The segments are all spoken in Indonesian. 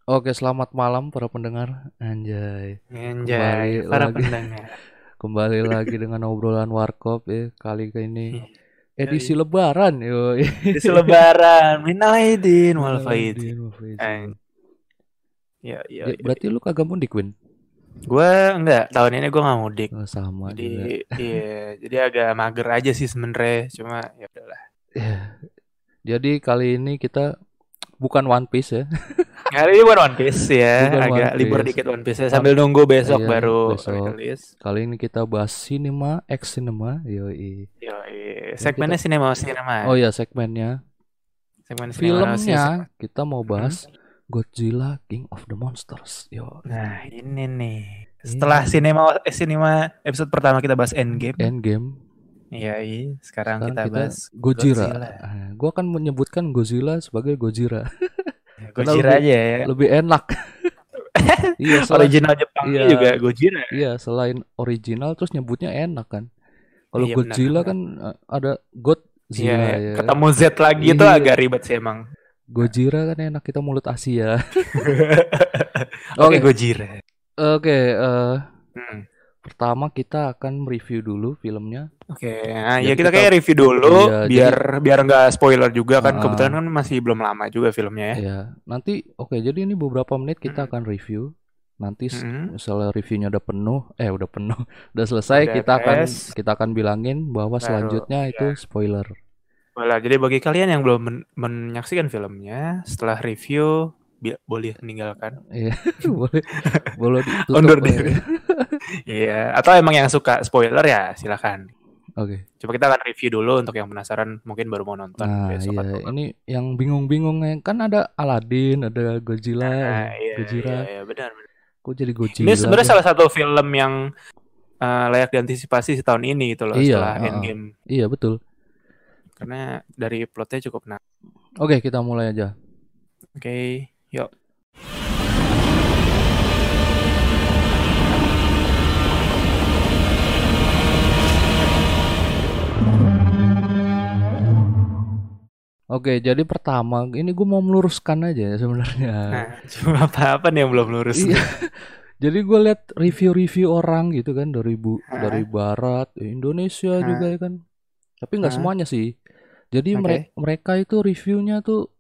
Oke, selamat malam para pendengar. Anjay. Anjay, Kembali para lagi pendengar. kembali lagi dengan obrolan warkop ya. Kali ini edisi Yoi. lebaran yo. Di selebaran, minal aidin wal Minal faizin. aidin wal An- faizin. Ya, ya, Ya, ya. berarti lu kagak mudik, Win? Gue enggak, tahun ini gue nggak mudik. Oh, sama Jadi, juga. iya, jadi agak mager aja sih sebenernya. Cuma ya udahlah. Ya, jadi kali ini kita bukan One Piece ya. Hari ini bukan One Piece ya, Bukan One agak libur Piece. dikit One Piece ya Tapi sambil nunggu besok iya baru besok rilis. kali ini kita bahas Cinema X Cinema. Yoi. Yoi. Ini kita Segmennya sinema sinema. Oh ya segmennya. Segmen sinema sinema. Filmnya kita mau bahas Godzilla King of the Monsters. Yo, Nah, ini nih. Setelah ini sinema episode pertama kita bahas Endgame. Endgame. Iya, sekarang Sekarang kita kita bahas Gojira. Godzilla. Gua akan menyebutkan Godzilla sebagai Gojira Ya, karena Gojira lebih aja ya. lebih enak. Iya, Original Jepangnya iya, juga Gojira. iya selain original terus nyebutnya enak kan. Kalau Iya benar. Godzilla kan ada Iya, Godzilla ya kan. ketemu Z lagi itu Iya, agak ribet sih emang. Gojira kan enak kita mulut Asia. Oke, Oke, Gojira. oke. Hmm. Pertama kita akan review dulu filmnya. Oke, nah, ya Jadi kita kita kayak review dulu iya, biar nggak spoiler juga kan. uh, Kebetulan kan masih belum lama juga filmnya ya. ya, nanti oke. Jadi ini beberapa menit kita Mm-mm. akan review. Nanti Mm-mm. misalnya reviewnya udah penuh, udah penuh, udah selesai, Udah kita akan beres, kita akan bilangin bahwa baru selanjutnya itu ya. spoiler. Boleh. Jadi bagi kalian yang belum menyaksikan filmnya, setelah review boleh meninggalkan. Iya, boleh boleh ditutup. Undur diri. Iya, atau emang yang suka spoiler ya silakan. Oke. Coba kita akan review dulu untuk yang penasaran mungkin baru mau nonton Nah, besok iya, atau apa. ini yang bingung-bingung kan ada Aladdin, ada Godzilla, Nah, iya, Gojira. iya, benar. Kok jadi Ini Godzilla sebenarnya tuh? salah satu film yang layak diantisipasi tahun ini gitu loh Iya, setelah Endgame. iya betul. Karena dari plotnya cukup menarik. Oke, kita mulai aja. Oke, yuk. Oke, jadi pertama ini gue mau meluruskan aja ya sebenarnya. Nah, cuma apa nih yang belum lurus Iya, nih? jadi gue lihat review-review orang gitu kan dari Hah? Barat, Indonesia juga Hah? ya kan. Tapi nggak Hah? semuanya sih. Jadi Oke. mereka itu reviewnya tuh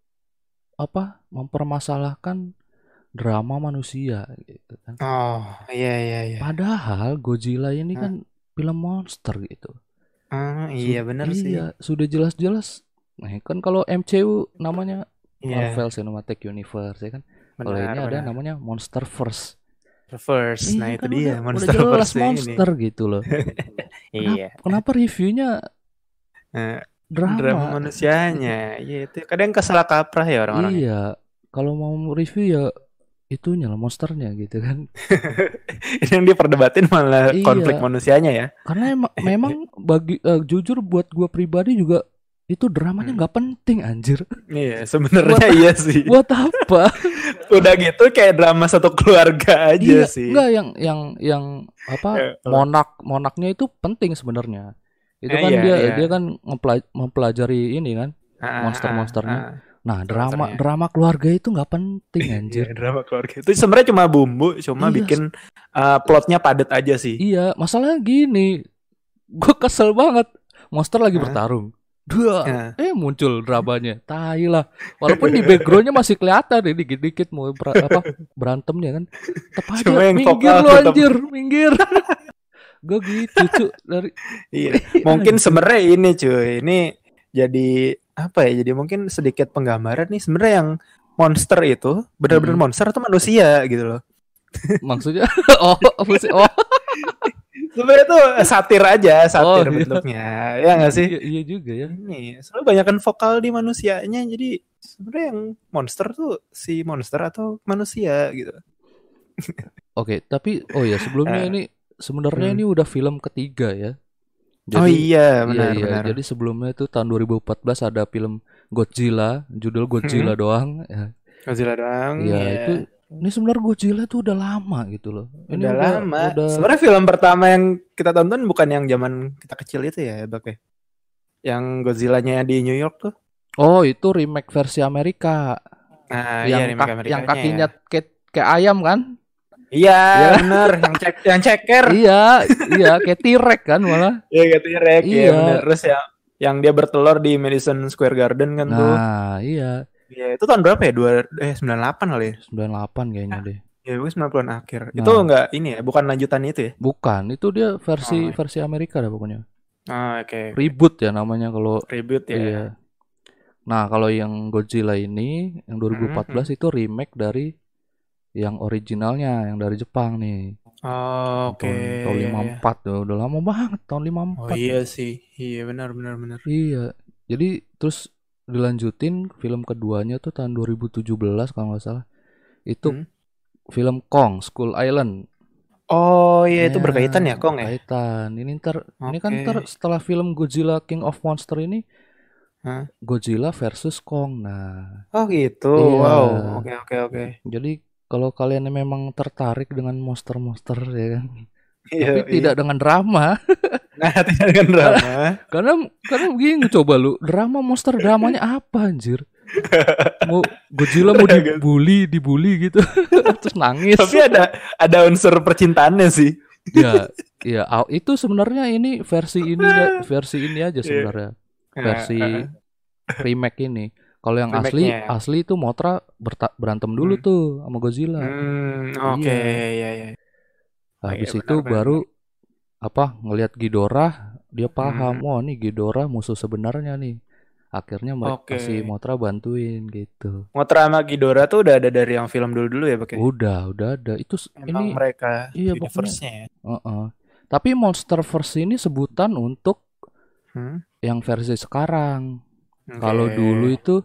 apa mempermasalahkan drama manusia gitu kan. Oh, iya, iya, iya. Padahal Godzilla ini Hah? kan film monster gitu. Iya bener sih. Iya, sudah jelas-jelas. Nah, kan kalau MCU namanya Iya, Marvel Cinematic Universe ya kan. Kalau ini benar, ada benar. namanya Monsterverse. Reverse. Nah, Iya itu kan dia udah jelas Monsterverse ini. monster gitu loh. Kenapa Iya. kenapa reviewnya Nah, drama drama? manusianya. Iya, itu kadang kesalah kaprah ya orang-orang ya. Iya, kalau mau review ya itunya lah monsternya gitu kan. Ini yang diperdebatin malah konflik Iya, manusianya ya. karena memang jujur buat gua pribadi juga itu dramanya Hmm. nggak penting anjir. Iya, Buat sebenarnya iya sih. buat apa? Udah gitu kayak drama satu keluarga aja Iya, sih. enggak yang apa Ya, apa? monaknya itu penting sebenarnya. Itu kan Iya, dia iya. dia kan mempelajari ini kan Ah, ah, monster-monsternya. ah. Nah, drama Monsternya. drama keluarga itu nggak penting Iya, anjir. drama keluarga. Itu sebenarnya cuma bumbu, cuma Iya, bikin plotnya padat aja sih. iya, masalahnya gini, gue kesel banget. Monster lagi Hah? bertarung. Dua, Nah. muncul dramanya. Tai lah. Walaupun di backgroundnya masih kelihatan nih dikit-dikit mau berantemnya kan. Tetap aja Cuma yang minggir vokal lu tetap. anjir, minggir. Gue gitu cuy dari Iya. Mungkin anjir. sebenarnya ini cuy, ini jadi apa ya? Jadi mungkin sedikit penggambaran nih sebenarnya yang monster itu benar-benar Mm-mm. monster atau manusia gitu loh. Maksudnya oh oh Sebenarnya tuh satir aja, oh satir iya. bentuknya. Ya nggak sih? Iya iya juga ya. Ini soalnya banyakan vokal di manusianya, jadi sebenarnya yang monster tuh si monster atau manusia gitu. Oke, tapi oh ya sebelumnya Eh, ini sebenarnya hmm. ini udah film ketiga ya. Oh Jadi iya, iya iya, benar-benar. jadi sebelumnya itu tahun 2014 ada film Godzilla, judul Godzilla doang ya. Godzilla doang, Iya, itu ya. ini sebenarnya Godzilla tuh udah lama gitu loh. Ini Udah lama. udah Sebenarnya film pertama yang kita tonton bukan yang zaman kita kecil itu ya, Bak ya. Yang Godzilla-nya di New York tuh. oh, itu remake versi Amerika. Nah, iya Yang remake yang Amerikanya ya. kakinya kayak ayam kan? Iya, Iya. bener. Yang ceker. Iya, iya kayak T-Rex kan malah. Iya, kayak T-Rex ya bener. Iya. Terus yang dia bertelur di Madison Square Garden kan tuh. Nah, iya. Iya, itu tahun berapa ya? 98 kali ya? 98 kayaknya deh. Ya, gue 90-an akhir. Itu Nah, enggak ini ya, bukan lanjutan itu ya? bukan, itu dia Oh, versi Amerika dah pokoknya. oke. Reboot ya namanya kalau Reboot ya. iya. Nah, kalau yang Godzilla ini yang 2014 Mhm. itu remake dari yang originalnya, yang dari Jepang nih. Oh, Yang oke. tahun Ya, ya. 54 ya, udah lama banget tahun Oh 54. iya sih. Iya, benar benar benar. Iya. Jadi terus dilanjutin film keduanya tuh tahun 2017 kalau nggak salah. Itu Hmm? film Kong Skull Island. Oh iya, itu Ya, berkaitan ya, Kong ya? berkaitan. Ini kan Oke. setelah film Godzilla King of Monster ini Hah? Godzilla versus Kong. Nah, Oh gitu. iya. Wow. Oke oke oke. Jadi kalau kalian memang tertarik dengan monster-monster ya kan, Iya tapi iya. tidak dengan drama. Nah, tidak dengan drama. karena karena begini coba lu, drama monster dramanya apa anjir? Mau Godzilla mau Agak- dibully gitu. Terus nangis. Tapi ada unsur percintaannya sih. Ya, ya itu sebenarnya ini versi ini aja Iya. sebenarnya. Nah, Versi remake ini. Kalau yang asli remake-nya ya. asli itu Mothra berantem dulu Hmm. tuh sama Godzilla. Oke, Iya. iya iya. Oh iya Habis itu benar benar baru benar. ngelihat Ghidorah, dia paham, Mhm. wah nih Ghidorah musuh sebenarnya nih. Akhirnya Oke. si Mothra bantuin gitu. Mothra sama Ghidorah tuh udah ada dari yang film dulu-dulu ya, Pak ya? Udah ada. Itu Emang ini mereka iya pokoknya. universe-nya ya. Heeh. Tapi Monsterverse ini sebutan untuk Hmm? yang versi sekarang. Oke. Kalau dulu itu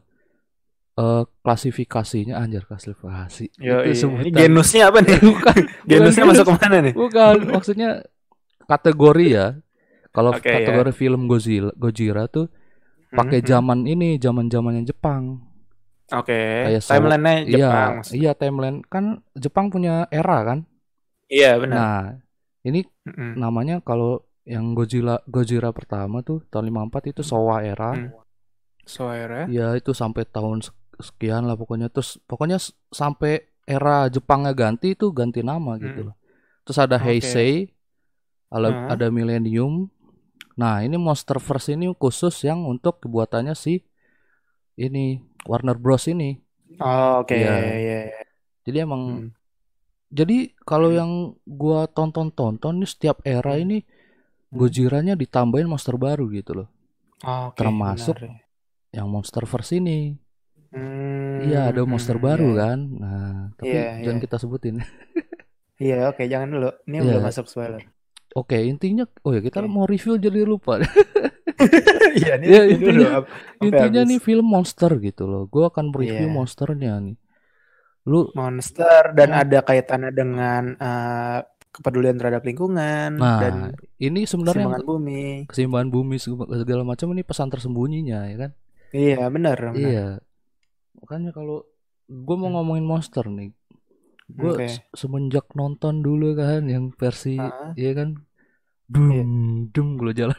klasifikasinya anjir klasifikasi. Yo, Itu ini sebutan. genusnya apa nih? bukan Genusnya genus. masuk kemana nih? Bukan, maksudnya kategori ya. Kalau Oke ya. kategori film Gojira tuh pakai Hmm. zaman-zamannya Jepang. Oke. Kayak Timeline-nya iya, Jepang maksudnya. iya timeline kan Jepang punya era kan. Iya benar. Nah, ini Mm-mm. namanya kalau yang Gojira pertama tuh tahun 54 itu Showa era. Hmm. Soera. Ya itu sampai tahun sekian lah pokoknya. Terus pokoknya sampai era Jepangnya ganti itu ganti nama gitu Hmm. loh. Terus ada Oke. Heisei, Hah? ada Millennium. Nah, ini Monsterverse ini khusus yang untuk kebuatannya si ini Warner Bros ini. Oh, oke. Iya. Iya. Jadi emang Hmm. jadi kalau Hmm. yang gua tonton nih setiap era Hmm. ini Hmm. Gojiranya ditambahin monster baru gitu loh. Oke, benar Termasuk ya. yang Monsterverse ini. Iya, ada monster Iya. baru kan. Nah, tapi Iya, iya. jangan kita sebutin. Iya, oke, jangan dulu. Ini belum Iya, masuk spoiler. oke, intinya oh ya kita Oke. mau review jadi lupa. Iya, ini Ya review dulu intinya sampai intinya habis. nih film monster gitu loh. Gua akan review Iya. monsternya nih. Lu Monster dan mon ada kaitannya dengan kepedulian terhadap lingkungan Nah, dan ini sebenarnya yang keseimbangan bumi. keseimbangan bumi segala macam ini pesan tersembunyinya ya kan? Iya, benar, benar. Iya, makanya kalau gue mau Hmm. ngomongin monster nih, gue Oke. semenjak nonton dulu kan yang versi Ah, ya kan, iya. gue jalan.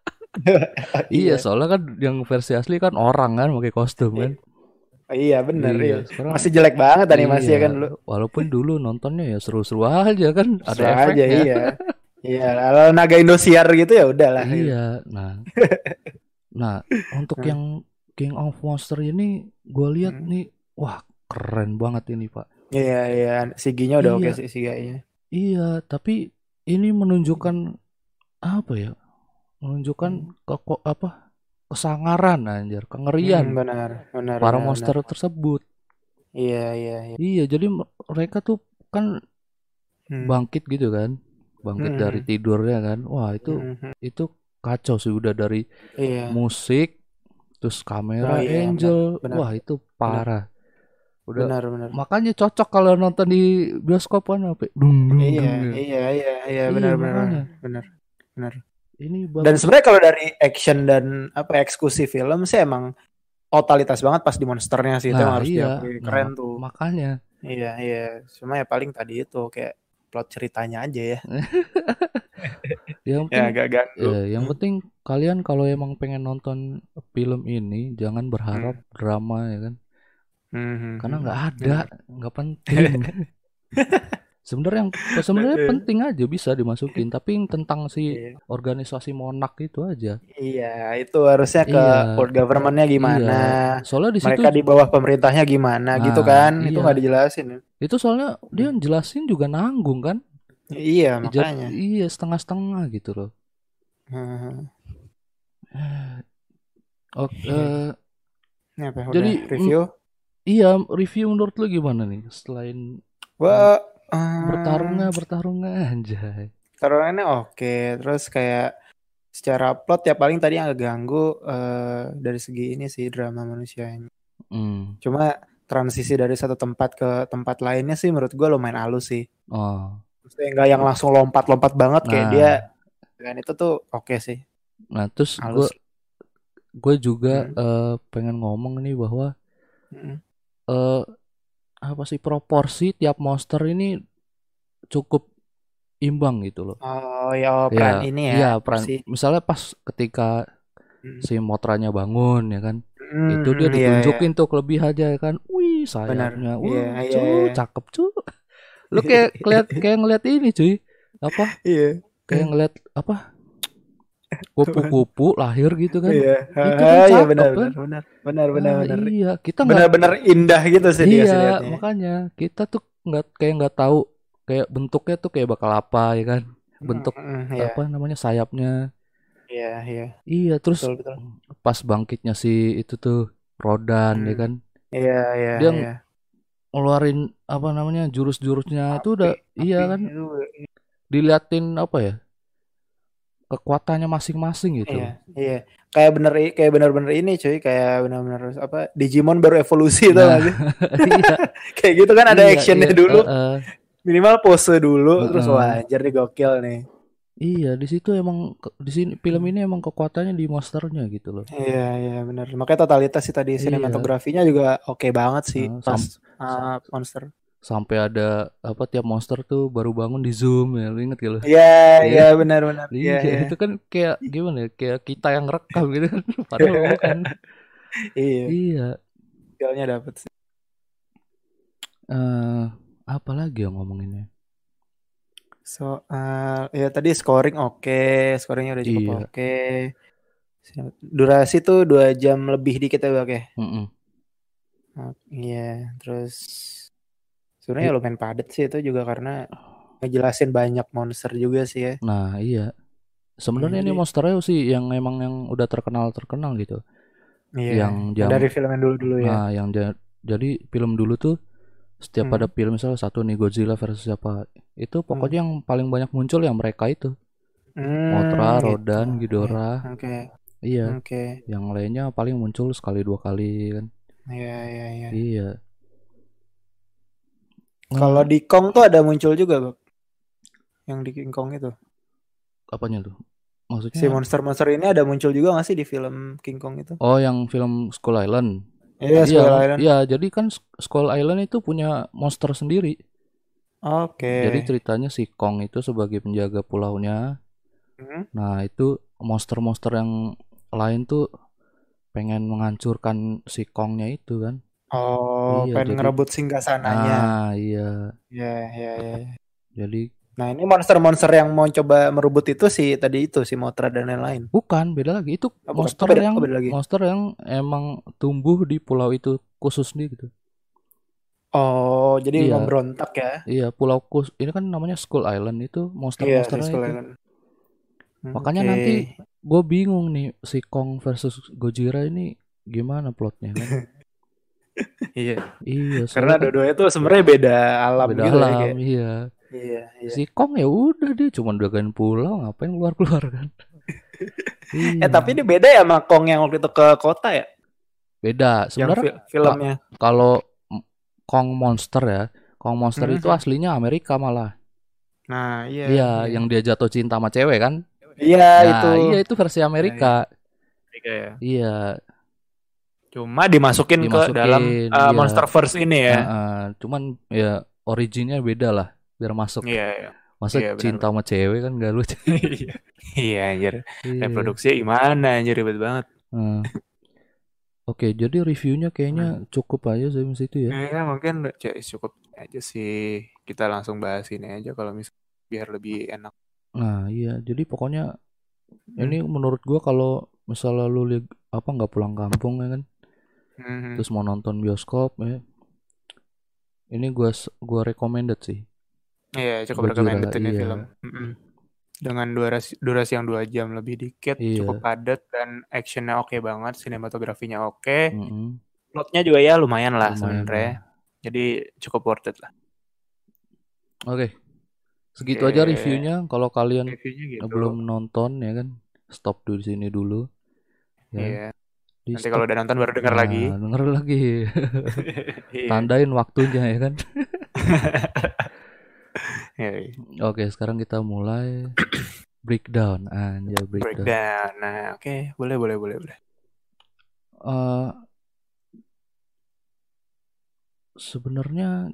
Iya, Iya. soalnya kan yang versi asli kan orang kan pakai kostum kan. Iya, benar. Iya. Iya, sekarang Masih jelek banget animasinya kan iya, dulu. walaupun dulu nontonnya ya seru-seru aja kan, ada Seru aja, efeknya. iya. Iya, kalau naga Indosiar gitu ya udahlah. Iya, nah untuk Hmm. yang King of Monster ini gue lihat Hmm. nih, wah keren banget ini Pak. Iya, iya. Siginya udah oke Iya, sih, siganya. iya, tapi ini menunjukkan apa ya? Menunjukkan Hmm. kesangaran anjir, kengerian Benar, benar, para benar, monster benar. tersebut. Iya, iya, iya. Iya, jadi mereka tuh kan Hmm. bangkit gitu kan, bangkit dari Hmm. tidurnya kan. Wah Hmm. itu kacau sih udah dari Iya. musik, terus Oh kamera, iya, benar, angel, benar, wah itu benar, parah. Udah benar, benar. makanya cocok kalau nonton di bioskop kan apa? Dung dung Iya, dung. Ya. iya, iya, iya, Iya benar, benar, makanya. benar, benar. Ini Dan bagus. sebenarnya kalau dari action dan apa eksekusi film sih emang totalitas banget pas di monsternya sih itu yang Nah, harus iya. diakui Nah, keren tuh. makanya. Iya, iya. Cuma ya paling tadi itu kayak plot ceritanya aja ya. Yang Ya penting agak ganggu. yang penting kalian kalau emang pengen nonton film ini jangan berharap Hmm. drama ya kan. karena nggak ada, nggak penting. Sebenarnya penting aja bisa dimasukin, tapi yang tentang si Iya. organisasi Monark itu aja. Iya, itu harusnya ke Iya, world government-nya gimana, iya. Soalnya di situ, mereka di bawah pemerintahnya gimana gitu nah kan, itu iya, nggak dijelasin. itu soalnya dia jelasin juga nanggung kan. Iya, makanya. Iya setengah-setengah gitu loh. Hmm. Oke, Ini apa? Udah jadi review? iya review menurut lu gimana nih selain Wah, bertarungnya anjay. taruhannya oke. Terus kayak secara plot ya paling tadi yang agak ganggu dari segi ini sih drama manusianya. Hmm. Cuma transisi dari satu tempat ke tempat lainnya sih menurut gue lumayan halus sih. Oh. Maksudnya nggak yang langsung lompat-lompat banget kayak dia. Nah, Kan itu tuh oke sih. terus Halus. gue juga pengen ngomong nih bahwa Hmm. apa sih proporsi tiap monster ini cukup imbang gitu loh. Oh ya peran Ya, ini ya. iya peran. Si. Misalnya pas ketika si Motranya bangun ya kan, itu dia Iya iya. ditunjukin tuh kelebihannya ya kan. Wih Benar. sayapnya, Iya wah iya. cu cakep cu. Lu kayak ngeliat ini cuy, apa? Iya. Kayak ngeliat apa? Kupu-kupu lahir gitu kan. Iya. Itu kan Iya cakep benar kan. benar benar benar Nah, benar. iya, kita nggak. Benar-benar indah gitu sih dia Iya, lihatnya. makanya kita tuh nggak tahu kayak bentuknya tuh kayak bakal apa ya kan. Bentuk Iya. apa namanya sayapnya. Iya iya. Iya, terus Betul betul. pas bangkitnya si itu tuh Rodan ya kan. Iya iya Dia iya. ngeluarin apa namanya jurus-jurusnya itu Api udah iya api kan itu. diliatin apa ya? Kekuatannya masing-masing gitu. Iya iya. Kayak bener-bener ini cuy, kayak bener-bener apa Digimon baru evolusi tau Nah, gak sih? iya, Kayak gitu kan ada iya, actionnya iya, dulu, minimal pose dulu, terus wah heeh. anjir nih gokil nih. Iya, di situ emang di sini film ini emang kekuatannya di monsternya gitu loh. Iya iya benar. Makanya totalitas sih tadi Iya, sinematografinya juga oke banget sih eh, pas sam- monster. sampai ada apa tiap monster tuh baru bangun di zoom ya, lu inget gak lo? Iya Iya, iya benar-benar. Iya iya iya. itu kan kayak gimana ya? Kayak kita yang rekam gitu kan, padahal bukan. Iya, Iya, skillnya dapet sih. eh apa lagi yang ngomonginnya? Soal ya tadi scoring oke, scoringnya udah cukup Iya, oke. Durasi tuh 2 jam lebih dikit ya oke. mm-mm. Iya, terus sebenarnya lumayan padat sih itu juga karena ngejelasin banyak monster juga sih ya. Nah iya, sebenarnya ini Jadi monsternya sih yang emang yang udah terkenal gitu, iya, yang yang jam, dari film yang dulu-dulu ya. nah yang jadi film dulu tuh setiap ada Hmm. film misalnya satu nih Godzilla versus siapa, itu Hmm. pokoknya yang paling banyak muncul yang mereka itu Mothra, Gitu. Rodan, Iya. Ghidorah, Oke. iya, Oke. yang lainnya paling muncul sekali dua kali kan, Iya, iya, iya. iya. Kalau di Kong tuh ada muncul juga, Bang. Yang di King Kong itu. Apanya tuh? Si Maksudnya? monster-monster ini ada muncul juga nggak sih di film King Kong itu? Oh, yang film Skull Island. Iya, Iya, Skull Island. iya. Jadi kan Skull Island itu punya monster sendiri. Oke. Jadi ceritanya si Kong itu sebagai penjaga pulaunya. Nah, itu monster-monster yang lain tuh pengen menghancurkan si Kongnya itu kan. Oh, Iya, pengen jadi ngerebut singgasananya. nah, iya. Iya, iya, iya. Jadi Nah, ini monster-monster yang mau coba merebut itu sih tadi itu si Mothra dan lain-lain. bukan, beda lagi. Itu Oh, bukan. Beda lagi. monster yang emang tumbuh di pulau itu khusus nih gitu. Oh, jadi Iya, memberontak ya? iya pulau ini kan namanya Skull Island itu Iya, si monster-monsternya Skull itu. Island. Makanya Oke. nanti gue bingung nih si Kong versus Gojira ini gimana plotnya kan? Iya. Iya, Karena soalnya kan dua-duanya tuh sebenarnya beda alam beda gitu ya alam, kayak. iya. Iya, iya. Si Kong ya udah dia cuma jagain pulau, ngapain keluar kan? Iya. Tapi ini beda ya sama Kong yang waktu itu ke kota ya? Beda. Yang Sebenarnya filmnya. kalau Kong Monster ya, Kong Monster itu aslinya Amerika malah. Nah, iya. Iya, yang dia jatuh cinta sama cewek kan? Iya, Nah, itu. iya itu versi Amerika. Amerika ya. Iya, Cuma dimasukin ke dalam iya. Monsterverse ini ya. Cuman ya originnya beda lah, biar masuk. Iya, iya. Masa Iya, cinta sama cewek kan gak lucu. Iya, anjir. Iya. Reproduksinya gimana anjir ribet banget. Oke, jadi reviewnya kayaknya cukup aja sih Mas itu ya. Ya mungkin cukup aja sih. Kita langsung bahas ini aja kalau misalnya biar lebih enak. Nah iya, jadi pokoknya Hmm. ini menurut gua kalau misalnya lu apa nggak pulang kampung ya kan, Hmm. terus mau nonton bioskop ya, ini gua recommended sih. Iya, cukup Gojira, recommended ini iya, film. Dengan durasi yang 2 jam lebih dikit, cukup iya, padat dan actionnya oke banget, sinematografinya oke, mm-mm. plotnya juga ya lumayan lah Lumayan lah. sebenarnya. Jadi cukup worth it lah. Oke, segitu Oke, aja reviewnya. Kalau kalian reviewnya gitu. belum nonton ya kan, stop di sini dulu ya, Iya. di Nanti kalau stop. udah nonton baru denger lagi. Nah, denger lagi. Iya. Tandain waktunya ya kan. Iya. Oke, sekarang kita mulai breakdown. Anjay, breakdown. Breakdown. Nah, oke, boleh. Eh sebenarnya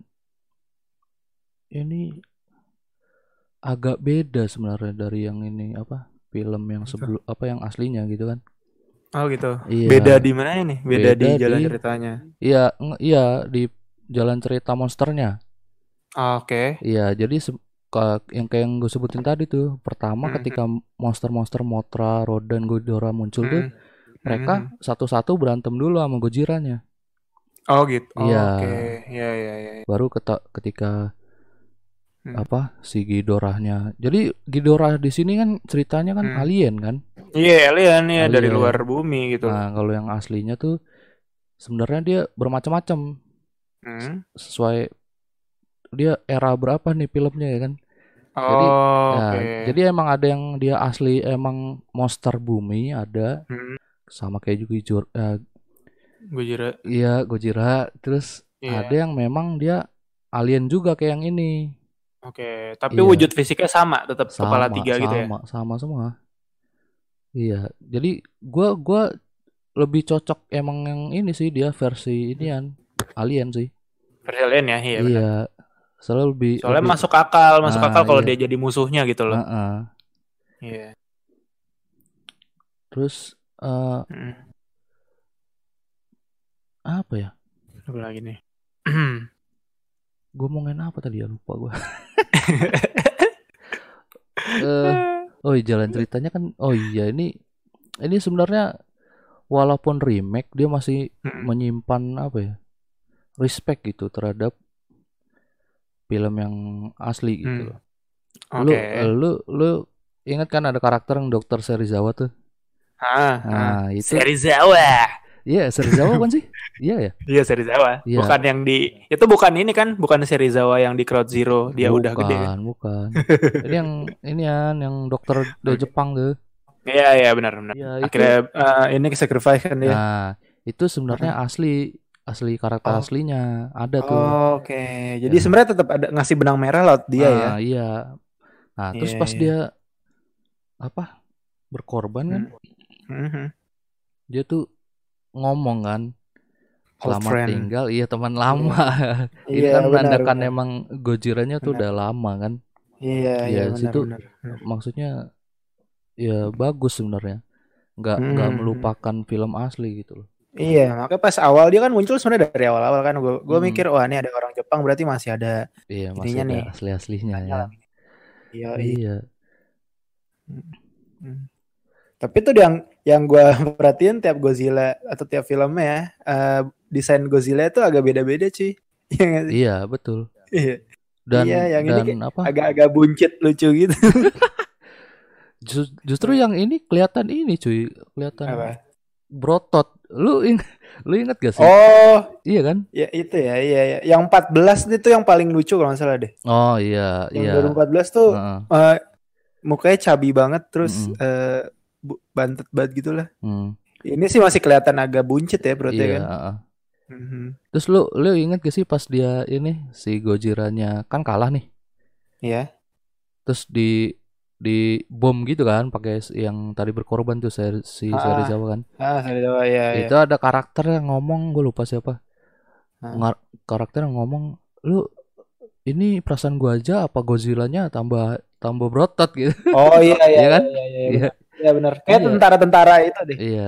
ini agak beda sebenarnya dari yang ini apa? Film yang Gitu. sebelum apa yang aslinya gitu kan. Oh gitu. Beda Iya, di mana ini? Beda beda di jalan di ceritanya. iya di jalan cerita monsternya. Oke. Iya, jadi yang kayak yang gue sebutin tadi tuh, pertama Mhm. ketika monster-monster Mothra, Rodan, Ghidorah muncul tuh, Mhm. mereka Mhm. satu-satu berantem dulu sama Gojiranya. Oh gitu. Iya, Oke. Ya. baru ketika Hmm. apa si Ghidorahnya. Jadi Ghidorah di sini kan ceritanya kan Hmm. alien kan? Iya, alien ya dari luar Alien. bumi gitu loh. Nah, kalau yang aslinya tuh sebenarnya dia bermacam-macam Hmm. sesuai dia era berapa nih filmnya ya kan? Jadi Oh, ya, oke. jadi emang ada yang dia asli emang monster bumi ada Hmm. sama kayak juga Gojira. iya Gojira terus ada Iya. yang memang dia alien juga kayak yang ini. Oke. Tapi Iya, wujud fisiknya sama, tetap kepala sama 3 gitu ya. sama sama semua. Iya, jadi gua lebih cocok emang yang ini sih dia versi inian alien sih. Versi alien ya, iya benar. Iya, selalu lebih Soalnya lebih masuk ah akal kalau iya, dia jadi musuhnya gitu loh. heeh. Iya. Terus Hmm. apa ya? Apa lagi nih? Gue mau ngomongin apa tadi ya lupa gue. eh oh iya, jalan ceritanya kan oh iya ini sebenarnya walaupun remake dia masih Hmm. menyimpan apa ya respect gitu terhadap film yang asli gitu Hmm. loh. Lu Oke. lu ingat kan ada karakter yang Dokter Serizawa tuh. Nah itu Serizawa. iya Serizawa kan sih? Iya ya. Iya Serizawa. Iya Bukan yang di itu bukan ini kan, bukan Serizawa yang di Crowd Zero. Dia udah gede kan. bukan. Ini yang dokter dari Oke. Jepang tuh. Iya benar. Iya itu. Akhirnya ini sacrifice kan dia. Nah itu sebenarnya Heeh. asli karakter Oh, aslinya ada tuh. oke. Jadi Ya. sebenarnya tetap ada ngasih benang merah laut dia ya. Iya. Nah, terus pas Iya. dia apa berkorban kan, Hmm. Mhm. dia tuh ngomong kan, Old selamat friend. tinggal, iya teman Iya. lama. Ini Iya kan benar menandakan benar. emang Gojiranya tuh Benar. udah lama kan. Iya Ya benar situ benar. Benar. maksudnya ya bagus sebenarnya. Nggak Hmm. melupakan film asli gitu loh. Iya, makanya pas awal dia kan muncul sebenarnya dari awal-awal kan gue Mm-mm. mikir wah ini ada orang Jepang berarti masih ada Iya masih ininya ada nih. asli-aslinya Tanya ya. lah. Iya, iya. Iya. Hmm. Tapi tuh yang gue perhatiin tiap Godzilla atau tiap filmnya ya, desain Godzilla itu agak beda-beda cuy. Iya nggak sih? Iya betul. Iya. Iya, Dan yang ini dan kayak apa? agak-agak buncit lucu gitu. Justru yang ini kelihatan ini cuy, kelihatan Apa? Brotot. Lu inget gak sih? Oh, Iya kan? ya itu ya, iya. Yang 14 itu yang paling lucu kalau nggak salah deh. Oh iya, Yang iya. 2014 tuh Heeh. mukanya cabi banget terus Mm-mm. bantet banget gitu lah. Hmm. Ini sih masih kelihatan agak buncit ya perutnya Iya, kan. heeh. Mhm. Terus lu inget gak sih pas dia ini si Gojiranya kan kalah nih. Ya. Terus di bom gitu kan pakai yang tadi berkorban tuh si Ah, Serizawa kan. Saya tahu ya, ya. Itu ada karakter yang ngomong, gue lupa siapa. Ah. Karakter yang ngomong, "Lu ini perasaan gua aja apa Godzilla-nya tambah tambah berotot gitu." Oh iya iya Iya iya kan? iya iya Iya. benar. Iya benar. Kayak tentara-tentara itu deh. Iya.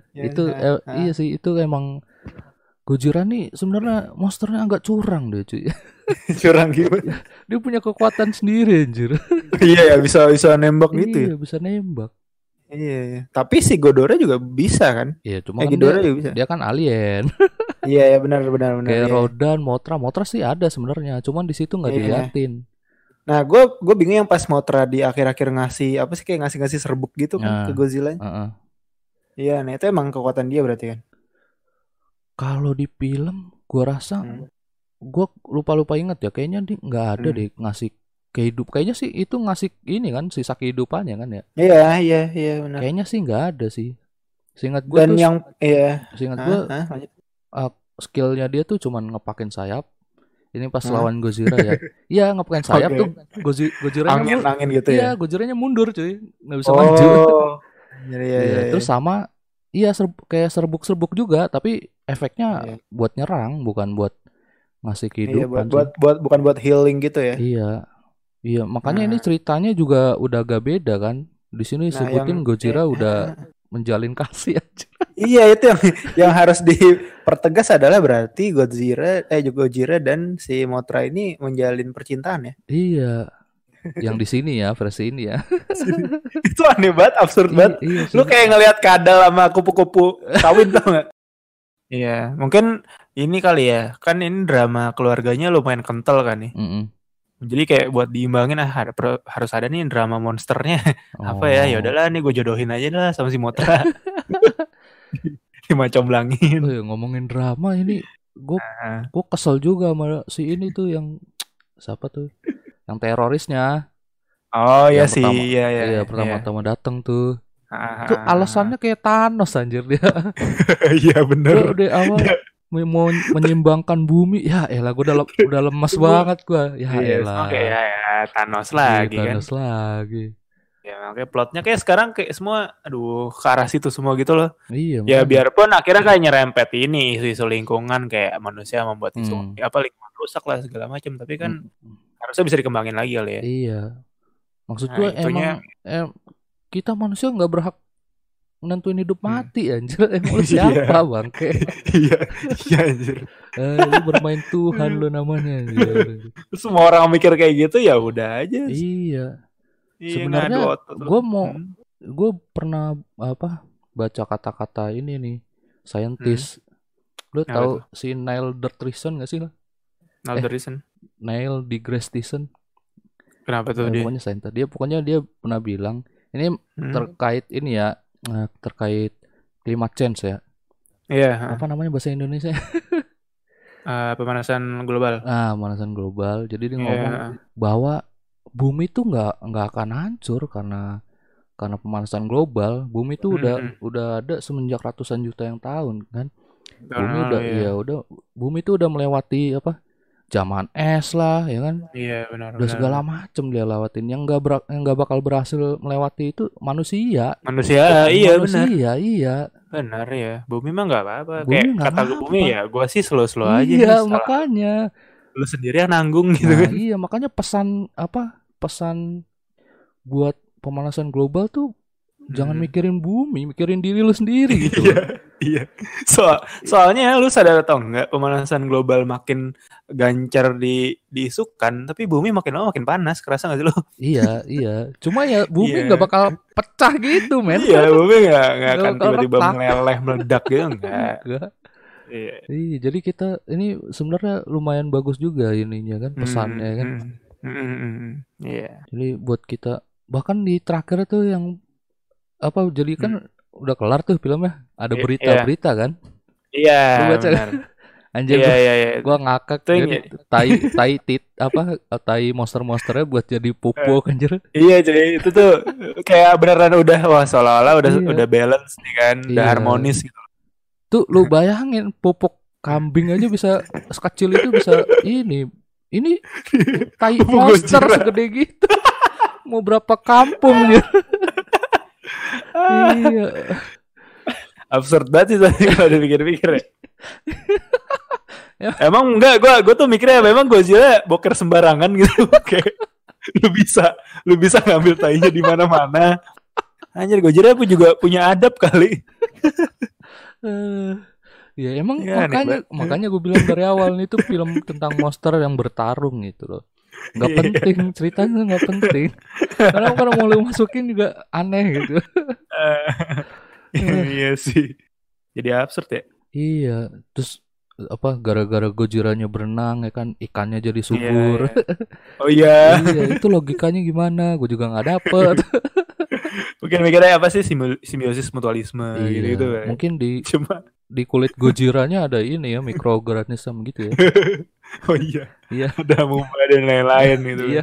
Iya sih itu emang Gojira nih sebenarnya monsternya agak curang deh cuy. Curang gimana? Dia punya kekuatan sendiri anjir. Iya ya bisa nembak gitu ya. Iya bisa nembak. Iya. Tapi si Ghidorah juga bisa kan? Iya cuma kan Ghidorah juga bisa. Dia kan alien. Iya benar. Kayak Rodan, Mothra sih ada sebenarnya, cuman di situ nggak diliatin. Nah, gue bingung yang pas Mothra di akhir-akhir ngasih apa sih kayak ngasih serbuk gitu kan ke Godzilla. Iya, nah itu emang kekuatan dia berarti kan. Kalau di film, gue rasa gue lupa inget ya, kayaknya dia nggak ada deh ngasih kehidup. Kayaknya sih itu ngasih ini kan sisa kehidupannya kan ya. Iya benar. Kayaknya sih nggak ada sih. Seingat gue tuh. Dan yang seingat gue skillnya dia tuh cuman ngepakin sayap. Ini pas lawan Gojira ya. Iya ngepakin sayap tuh Gojiranya angin gitu ya. Iya Gojiranya mundur cuy, nggak bisa maju. Iya. Terus sama kayak serbuk juga, tapi efeknya buat nyerang bukan buat ngasih kehidupan. Iya, bukan buat healing gitu ya. Iya makanya ini ceritanya juga udah agak beda kan. Di sini sebutin Gojira udah menjalin kasih aja. Iya itu yang harus dipertegas adalah berarti Gojira dan si Mothra ini menjalin percintaan ya. Iya. Yang di sini ya versi ini ya. Itu aneh banget, absurd banget. Lu kayak ngelihat kadal sama kupu-kupu kawin tau gak? Iya, mungkin ini kali ya. Kan ini drama keluarganya lumayan kental kan nih. Jadi kayak buat diimbangin harus ada nih drama monsternya. Apa ya? Ya udahlah nih gue jodohin aja lah sama si Mothra. Dimacomblangin. Oh ya, ngomongin drama ini gue kesel juga sama si ini tuh yang siapa tuh? Yang terorisnya. Oh ya sih, iya. Pertama-tama datang tuh. Tuh alasannya kayak Thanos anjir dia. Iya bener. Udah awal mau menyimbangkan bumi. Ya elah gue udah lemas banget gue. Ya elah. Oke ya Thanos lagi kan. Thanos lagi. Ya makanya plotnya kayak sekarang kayak semua ke arah situ semua gitu loh. Iya. Ya biarpun akhirnya kayak nyerempet ini isu lingkungan kayak manusia membuat isu lingkungan rusak lah segala macam, tapi kan harusnya bisa dikembangin lagi kali ya. Iya. Maksud gue emang kita manusia nggak berhak nentuin hidup mati anjir. Emang lu siapa bangke? Iya anjir. Lu bermain Tuhan lu namanya anjir. Semua orang mikir kayak gitu ya udah aja. Iya. Sebenarnya gue pernah baca kata-kata ini nih scientist. Lu tahu si Neil deGrasse Tyson nggak sih lo? Neil deGrasse Tyson. Kenapa tuh dia? Pokoknya scientist. Dia pernah bilang ini terkait ini ya, terkait climate change ya. Iya. Apa namanya bahasa Indonesia? Pemanasan global. Pemanasan global. Jadi dia ngomong bahwa bumi itu nggak akan hancur karena pemanasan global. Bumi itu udah ada semenjak ratusan juta yang tahun kan. Bumi itu udah melewati zaman es lah ya kan. Iya benar. Udah segala macem dia lewatin. Yang nggak bakal berhasil melewati itu manusia. Iya benar. Iya. Benar ya. Bumi mah nggak apa-apa. Kayak kata bumi ya, gue sih slow aja. Iya makanya. Lu sendiri yang nanggung gitu kan. Iya makanya pesan buat pemanasan global tuh jangan mikirin bumi, mikirin diri lu sendiri gitu. Iya. Soalnya lu sadar atau enggak pemanasan global makin gancar diisukan, tapi bumi makin lama makin panas, kerasa nggak sih lu? Iya. Cuma ya bumi nggak bakal pecah gitu, men. Iya, bumi nggak akan tiba-tiba meleleh meledak gitu enggak. Iya, jadi kita ini sebenarnya lumayan bagus juga ininya kan pesannya kan. Iya. Jadi buat kita bahkan di terakhir tuh yang jadi kan udah kelar tuh filmnya, ada berita-berita kan? Iya. Lu baca kan? Anjir, gua ngakak tuh tai monster-monsternya buat jadi pupuk anjir. Iya, jadi itu tuh kayak beneran udah seolah-olah udah balance nih kan, udah harmonis gitu. Tuh lu bayangin pupuk kambing aja bisa sekecil itu bisa ini tai monster segede gitu. Mau berapa kampung ya? Iya. Absurd banget sih tadi kalau dipikir-pikir ya. Emang enggak, gue tuh mikirnya memang Godzilla boker sembarangan gitu. Kayak lu bisa ngambil tainya di mana-mana. Anjir Gojira juga punya adab kali. Ya emang ya, makanya gue bilang dari awal nih tuh film tentang monster yang bertarung gitu loh. Nggak penting, ceritanya nggak penting. Karena kalau mau lu masukin juga aneh gitu. Iya sih. Jadi absurd ya. Iya, terus apa gara-gara Gojiranya berenang ya kan ikannya jadi subur. Oh iya. Iya, itu logikanya gimana? Gue juga nggak dapet. Mungkin mikirnya apa sih simbiosis mutualisme gitu kan. Mungkin di kulit Gojiranya ada ini ya mikroorganisme gitu ya. Oh iya. Iya. Ada amuba dan lain-lain gitu. Iya.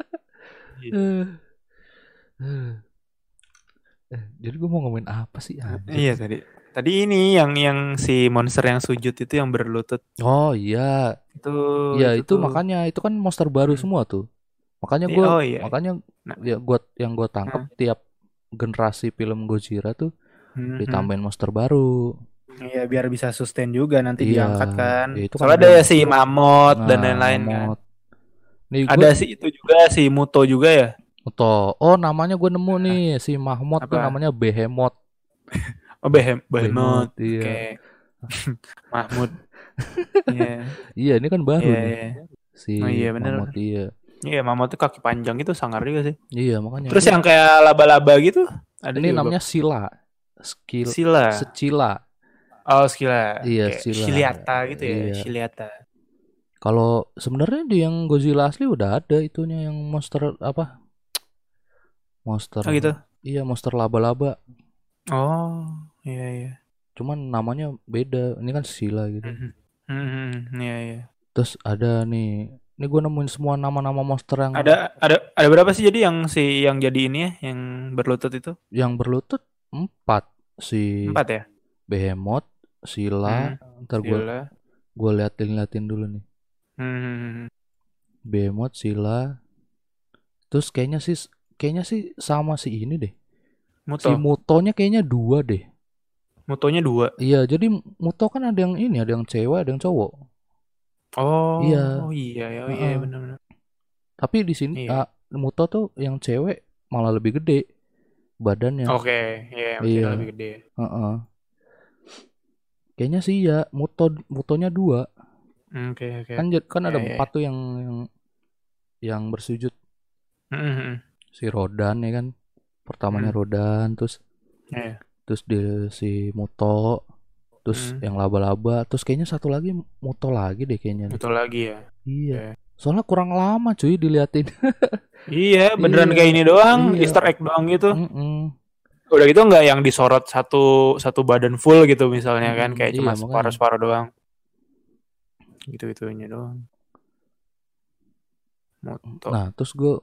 Jadi gue mau ngomongin apa sih? Iya tadi ini yang si monster yang sujud itu yang berlutut. Oh iya. Itu makanya itu kan monster baru semua tuh. Makanya gue yang gue tangkap tiap generasi film Gojira tuh ditambahin monster baru. Iya biar bisa sustain juga nanti diangkat kan. Ya, soalnya ada si mamut dan lain-lain kan. Nih, ada si itu juga si Muto juga ya. Muto. Oh namanya gue nemu nih si Mahmud tuh namanya Behemoth. Oh Behemoth. Iya. Okay. Mahmud. Iya ini kan baru nih. Si bener. Mahmud iya. Iya Mahmud tuh kaki panjang itu sangar juga sih. Iya makanya. Terus yang kayak laba-laba gitu. Ada ini namanya Sila. Secila. Oh Skila. Iya Shiliata gitu ya. Iya. Shiliata. Kalau sebenarnya di yang Godzilla asli udah ada itunya yang monster apa? Monster. Oh gitu. Iya monster laba-laba. Oh iya. Cuman namanya beda. Ini kan Sila gitu. Iya. Terus ada nih. Ini gue nemuin semua nama-nama monster yang ada berapa sih jadi yang jadi ini ya yang berlutut itu? Yang berlutut 4 si 4 ya? Behemoth, Sila, ntar gue liatin dulu nih. Behemoth, Sila, terus kayaknya sih sama si ini deh. Muto. Si Mutonya kayaknya 2 deh. Mutonya 2. Iya, jadi Muto kan ada yang ini, ada yang cewek, ada yang cowok. Oh iya benar-benar. Tapi di sini Muto tuh yang cewek malah lebih gede badannya. Oke, iya lebih gede. Kayaknya sih ya Mutonya 2. Oke. Kan ada 4 tuh yang bersujud. Si Rodan ya kan. Pertamanya Rodan terus si Muto, terus yang laba-laba, terus kayaknya satu lagi Muto lagi deh kayaknya. Muto lagi ya. Iya. Soalnya kurang lama cuy diliatin. Iya, beneran kayak ini doang, Easter egg doang gitu. Udah gitu nggak yang disorot satu badan full gitu misalnya kan, kayak cuma separuh doang. Gitu-gitunya doang. Muto. Nah, terus gue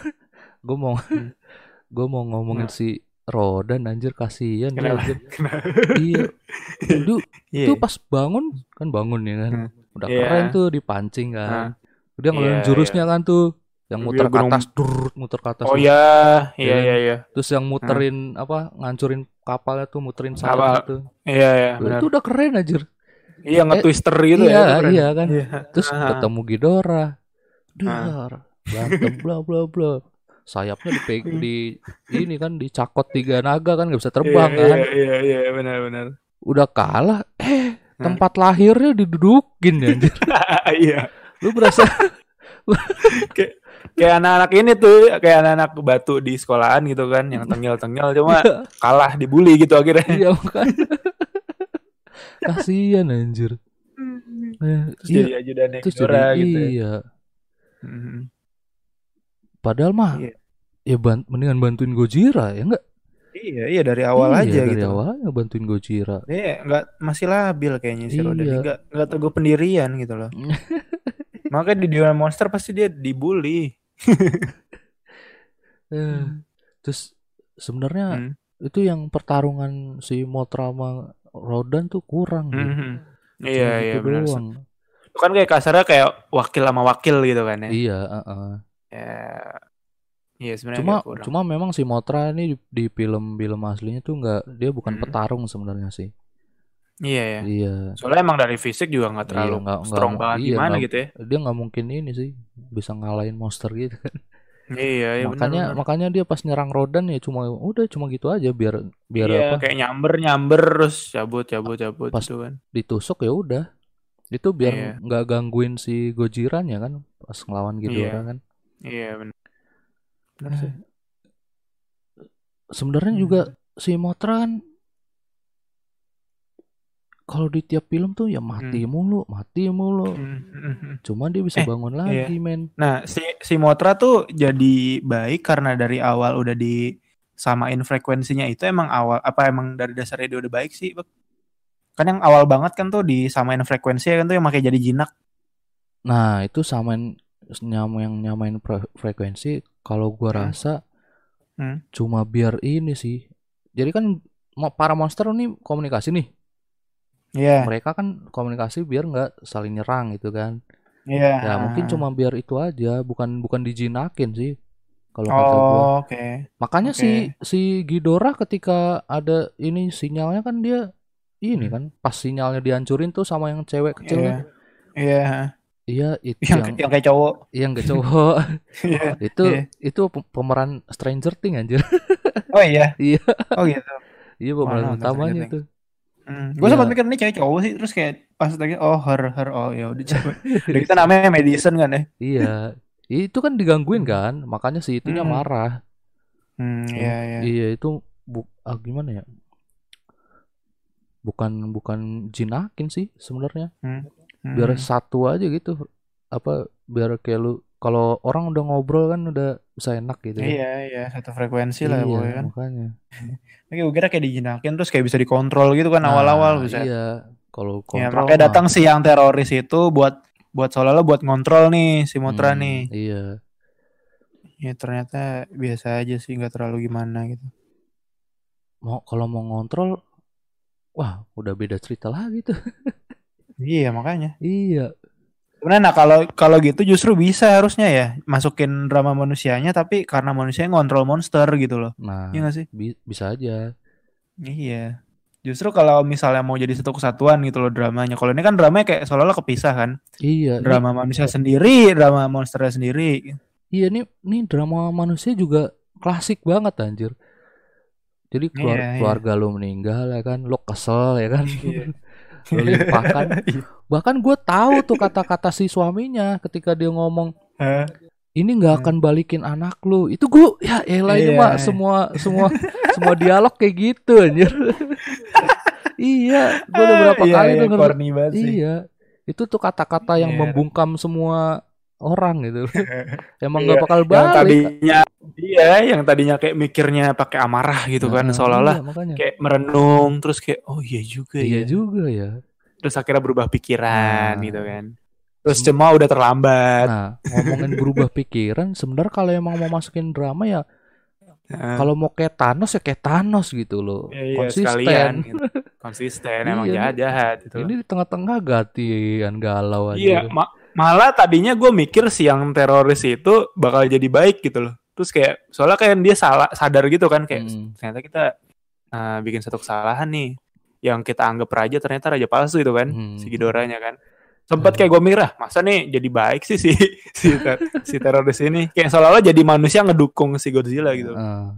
mau ngomongin si Rodan anjir, kasihan dia anjir. Iya. Itu pas bangun ya kan. Udah keren tuh dipancing kan. Dia ngeluarin jurusnya kan tuh. Yang muter ke atas, muter ke atas. Oh iya. Terus yang muterin ngancurin kapalnya tuh, muterin sayap gitu. Iya, benar. Itu udah keren anjir. Iya, nge-twister gitu Iya kan. Terus ketemu Ghidorah. Berantem bla bla bla. Sayapnya di ini kan dicakot 3 naga kan, nggak bisa terbang kan. Iya, benar. Udah kalah, tempat lahirnya didudukin ya anjir. Iya. Lu berasa kayak anak-anak ini tuh, kayak anak-anak batu di sekolahan gitu kan, yang tengil-tengil cuma kalah dibully gitu akhirnya. Iya makanya. Kasian anjir. Terus jadi ajudannya Ghidorah gitu. Iya. Padahal mah ya mendingan bantuin Gojira ya enggak? Iya dari awal aja dari gitu. Dari awalnya bantuin Gojira. Iya, masih labil kayaknya si Rodan, enggak teguh pendirian gitu loh. Makanya di Dewan Monster pasti dia dibully. Terus sebenarnya itu yang pertarungan si Mothra sama Rodan tuh kurang gitu. Iya benar. Itu kan kayak kasarnya kayak wakil sama wakil gitu kan ya. Iya, Iya sebenarnya cuma memang si Mothra ini di film aslinya tuh dia bukan petarung sebenarnya sih. Iya. Soalnya emang dari fisik juga nggak terlalu strong banget gimana gitu ya. Dia nggak mungkin ini sih bisa ngalahin monster gitu kan. Iya, benar. Makanya dia pas nyerang Rodan ya cuma gitu aja biar Iya, apa? kayak nyamber terus cabut Pas gitu kan. ditusuk ya udah. Itu biar Iya. nggak gangguin si Gojiranya kan pas ngelawan Iya. Ghidorah kan. Iya, benar sih. Sebenarnya juga si Mothra kan kalau di tiap film tuh ya mati mulu. Cuma dia bisa bangun lagi, men. Nah, si Mothra tuh jadi baik karena dari awal udah disamain frekuensinya. Itu emang dari dasarnya dia udah baik sih, Bek? Kan yang awal banget kan tuh disamain frekuensi kan tuh yang makanya jadi jinak. Nah, itu nyamain frekuensi kalau gua rasa cuma biar ini sih. Jadi kan para monster ini komunikasi nih. Iya. Mereka kan komunikasi biar nggak saling nyerang gitu kan. Iya. Ya mungkin cuma biar itu aja, bukan dijinakin sih. Kalau kata gua. Oke. Makanya si Ghidorah ketika ada ini sinyalnya kan dia ini kan pas sinyalnya dihancurin tuh sama yang cewek kecil kan. Iya. Iya, itu yang kayak cowok. Yang kayak cowok. Itu pemeran Stranger Things anjir. Oh iya. Iya. Oh gitu. Iya, pemeran utamanya tuh. Gue sempat mikir ini cewek cowok sih, terus kayak pas lagi her oh ya udah cewek. Udah kita namanya Madison kan ya. Iya. Itu kan digangguin kan, makanya si itunya marah. Iya. Iya, itu gimana ya? Bukan jinakin sih sebenarnya. Biar satu aja gitu. Apa biar kayak lu kalau orang udah ngobrol kan udah bisa enak gitu. Iya, satu frekuensi lah pokoknya kan. Makanya. Gue kira kayak dijinakin terus kayak bisa dikontrol gitu kan awal-awal bisa. Iya, kalau kontrol. Ya, makanya datang si yang teroris itu buat seolah-olah buat ngontrol nih si Mothra nih. Iya. Ya ternyata biasa aja sih, nggak terlalu gimana gitu. Kalau mau ngontrol, wah udah beda cerita lagi tuh. Iya makanya. Iya. Sebenarnya kalau gitu justru bisa harusnya ya masukin drama manusianya, tapi karena manusianya ngontrol monster gitu loh. Nah, iya nggak sih? Bisa aja. Iya. Justru kalau misalnya mau jadi satu kesatuan gitu loh dramanya. Kalau ini kan dramanya kayak seolah-olah kepisah kan. Iya. Drama manusia sendiri, drama monsternya sendiri. Iya, nih drama manusia juga klasik banget anjir. Jadi keluarga lo meninggal ya kan, lo kesel ya kan. Lo limpahkan. Bahkan gue tahu tuh kata-kata si suaminya ketika dia ngomong ini nggak akan balikin anak lu. Itu gue ya elah ini mah semua dialog kayak gitu anjir. Iya, gue udah berapa kali denger. Iya, itu tuh kata-kata yang membungkam semua orang gitu. Emang nggak bakal balik. Yang tadinya kayak mikirnya pakai amarah gitu kan, seolah-olah kayak merenung terus kayak oh iya juga ya. Terus akhirnya berubah pikiran gitu kan. Terus cuma udah terlambat. Nah, ngomongin berubah pikiran, sebenarnya kalau emang mau masukin drama ya kalau mau kayak Thanos gitu loh. Konsisten. Gitu. Konsisten emang jahat gitu. Ini di tengah-tengah gantian galau aja. Iya, malah tadinya gue mikir si yang teroris itu bakal jadi baik gitu loh. Terus kayak soalnya kayak dia sadar gitu kan kayak ternyata kita bikin satu kesalahan nih. Yang kita anggap raja ternyata raja palsu itu kan, si Ghidorahnya kan. Sempat kayak gue mikir, masa nih jadi baik sih si teroris ini. Kayak seolah-olah jadi manusia ngedukung si Godzilla gitu.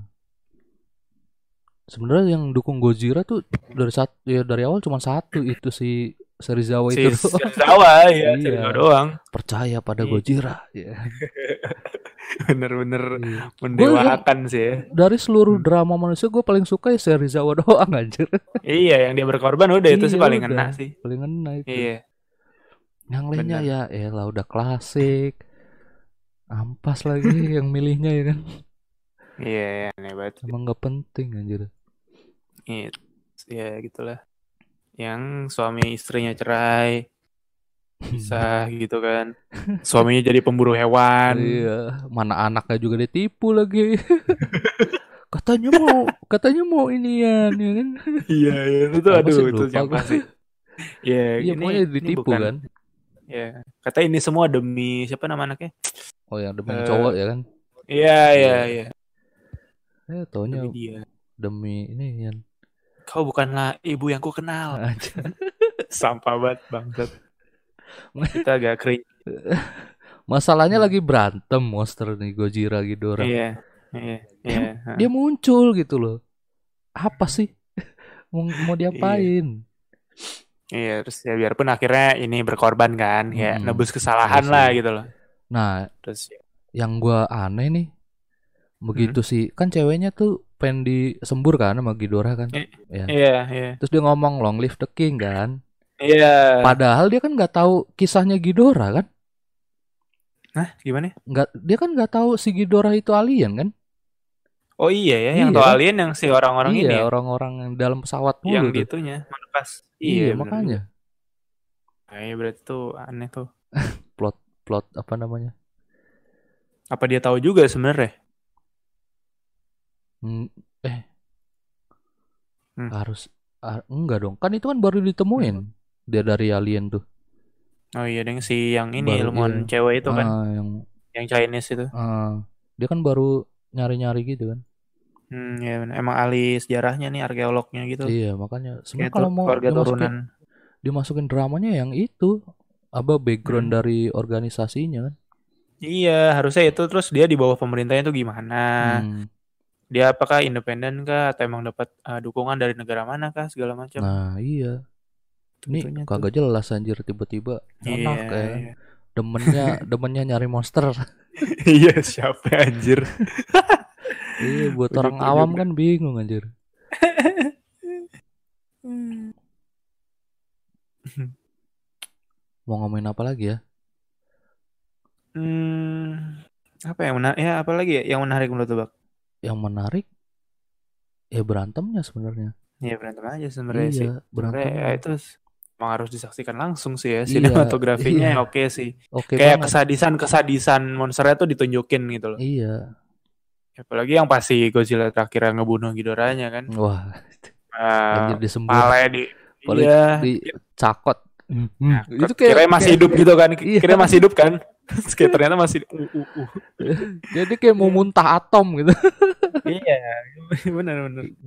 Sebenarnya yang dukung Godzilla tuh dari awal cuma satu, itu si Serizawa itu. Serizawa ya, Serizawa doang. Percaya pada Godzilla. Bener-bener mendewakan sih ya. Dari seluruh drama manusia gue paling suka ya Serizawa doang anjir. Iya, yang dia berkorban udah itu sih paling ngena sih. Paling ngena itu. Iya. Yang lainnya ya elah udah klasik. Ampas lagi yang milihnya ya kan. Iya, aneh banget. Emang gak penting anjir. Ya gitulah. Yang suami istrinya cerai. Bisa gitu kan. Suaminya jadi pemburu hewan. Iya, mana anaknya juga ditipu lagi. katanya mau inian ya kan. Iya, itu itu siapa sih? Iya, pokoknya ditipu kan. Ya, kata ini semua demi siapa nama anaknya? Oh, yang demi cowok ya kan? Iya. Taunya demi ini kan. Kau bukanlah ibu yang ku kenal. Sampah banget bangsat. Kita agak cringe. Masalahnya lagi berantem monster nih Gojira Ghidorah. Iya. Dia muncul gitu loh. Apa sih? mau diapain? Iya, terus ya biarpun akhirnya ini berkorban kan, kayak nebus kesalahan lah gitu loh. Nah, terus yang gua aneh nih, begitu sih, kan ceweknya tuh pengen disembur kan sama Ghidorah kan? Iya. Terus dia ngomong long live the king kan? Iya. Padahal dia kan nggak tahu kisahnya Ghidorah kan? Nah, gimana? Dia kan nggak tahu si Ghidorah itu alien kan? Oh iya ya, yang tahu alien yang si orang-orang ini. Iya, orang-orang yang dalam pesawat mulu yang tuh. Yang ditunya, markas. Iya, makanya. Kayaknya berarti tuh aneh tuh. plot apa namanya? Apa dia tahu juga sebenarnya? Harus enggak dong. Kan itu kan baru ditemuin. Dia dari alien tuh. Oh iya, yang si yang ini ilmuwan cewek itu kan. Yang Chinese itu. Dia kan baru nyari-nyari gitu kan. Ya emang ahli sejarahnya nih, arkeolognya gitu. Iya, makanya sebenarnya kalau mau dimasukin dramanya yang itu apa background dari organisasinya kan. Iya, harusnya itu. Terus dia di bawah pemerintahnya tuh gimana? Dia apakah independen kah atau emang dapat dukungan dari negara mana kah segala macam. Nah, iya. Ini kagak jelas anjir, tiba-tiba monark kayak demennya nyari monster. Iya, siapa anjir? Iya, buat orang awam kan bingung anjir. Mau ngomongin apa lagi ya? Apa yang menarik? Ya, apa lagi ya yang menarik menurut Bak? Yang menarik ya berantemnya sebenarnya. Iya, berantem aja sebenarnya sih. Berantem. Ya, itu emang harus disaksikan langsung sih ya. Sinematografinya oke sih. Kayak kesadisan monsternya tuh ditunjukin gitu loh. Iya. Apalagi yang pasti Godzilla terakhir yang ngebunuh Ghidorahnya kan. Wah. Anjir disembur. Dicakot. Itu kayak masih hidup gitu kan. Kira masih hidup kan. Kayak ternyata masih Jadi kayak mau muntah atom gitu. Iya, benar.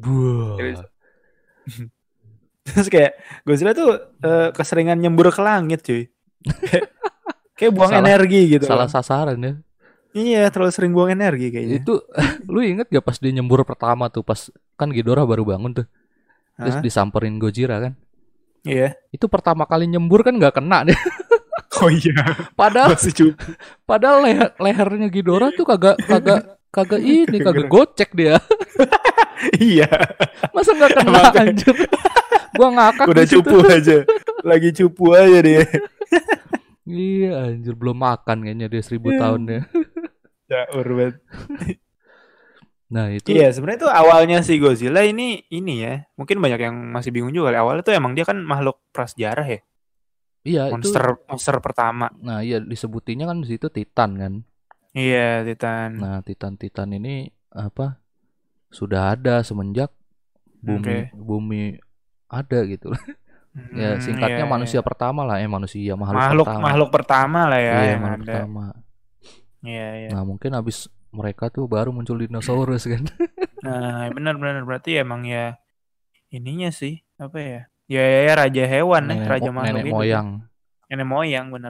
Terus kayak Godzilla tuh keseringan nyembur ke langit cuy. Kayak buang energi gitu. Salah sasaran ya. Iya, terlalu sering buang energi kayaknya. Itu lu inget gak pas dia nyembur pertama tuh, pas kan Ghidorah baru bangun tuh. Terus disamperin Gojira kan. Iya. Itu pertama kali nyembur kan gak kena deh. Oh iya. Padahal lehernya Ghidorah tuh kagak ini, kagak gocek dia. Iya. Masa gak kena anjir. Gua ngakak. Udah cupu aja. Lagi cupu aja dia. Iya anjir, belum makan kayaknya dia 1000 tahun ya. Ya urban. Nah itu. Iya sebenarnya tuh awalnya si Godzilla ini ya. Mungkin banyak yang masih bingung juga. Awalnya tuh emang dia kan makhluk prasejarah ya. Iya, monster pertama. Nah, iya disebutinnya kan di situ Titan kan. Iya, Titan. Nah, Titan ini apa? Sudah ada semenjak bumi ada gitu. Ya, singkatnya manusia pertama lah, makhluk pertama lah ya. Iya, makhluk pertama. Iya. Nah, mungkin habis mereka tuh baru muncul dinosaurus kan. Nah, benar berarti emang ya ininya sih, apa ya? Ya raja hewan raja makhluk nenek moyang. Nenek moyang benar.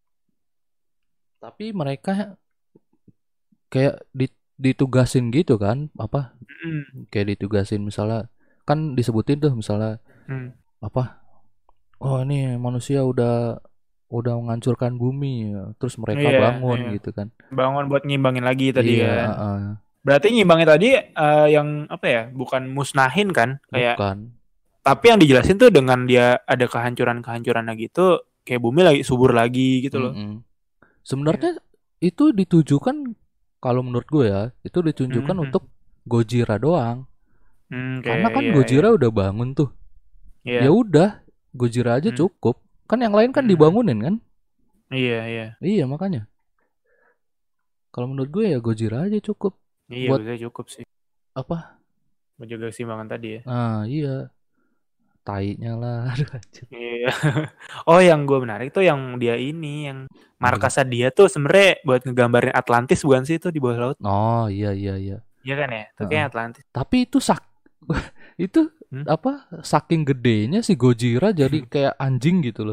Tapi mereka kayak ditugasin gitu kan, apa? Kayak ditugasin misalnya kan disebutin tuh misalnya apa? Oh, ini manusia udah menghancurkan bumi, terus mereka bangun gitu kan. Bangun buat ngimbangin lagi tadi kan. Berarti ngimbangin tadi yang apa ya? Bukan musnahin kan? Kayak bukan. Tapi yang dijelasin tuh dengan dia ada kehancuran gitu, kayak bumi lagi subur lagi gitu loh. Sebenarnya itu ditujukan, kalau menurut gue ya, itu ditunjukkan untuk Gojira doang. Karena kan Gojira udah bangun tuh. Ya udah, Gojira aja cukup. Kan yang lain kan dibangunin kan? Iya. Iya, makanya. Kalau menurut gue ya Gojira aja cukup. Iya, cukup sih. Apa? Menjaga keseimbangan tadi ya. Ah, iya. Tainya lah. Iya. Oh, yang gue menarik tuh yang dia ini, yang markasnya dia tuh sebenarnya buat ngegambarin Atlantis bukan sih itu di bawah laut? Oh, iya. Iya kan ya? Itu kayak Atlantis. Tapi itu itu apa? Saking gedenya si Gojira jadi kayak anjing gitu loh.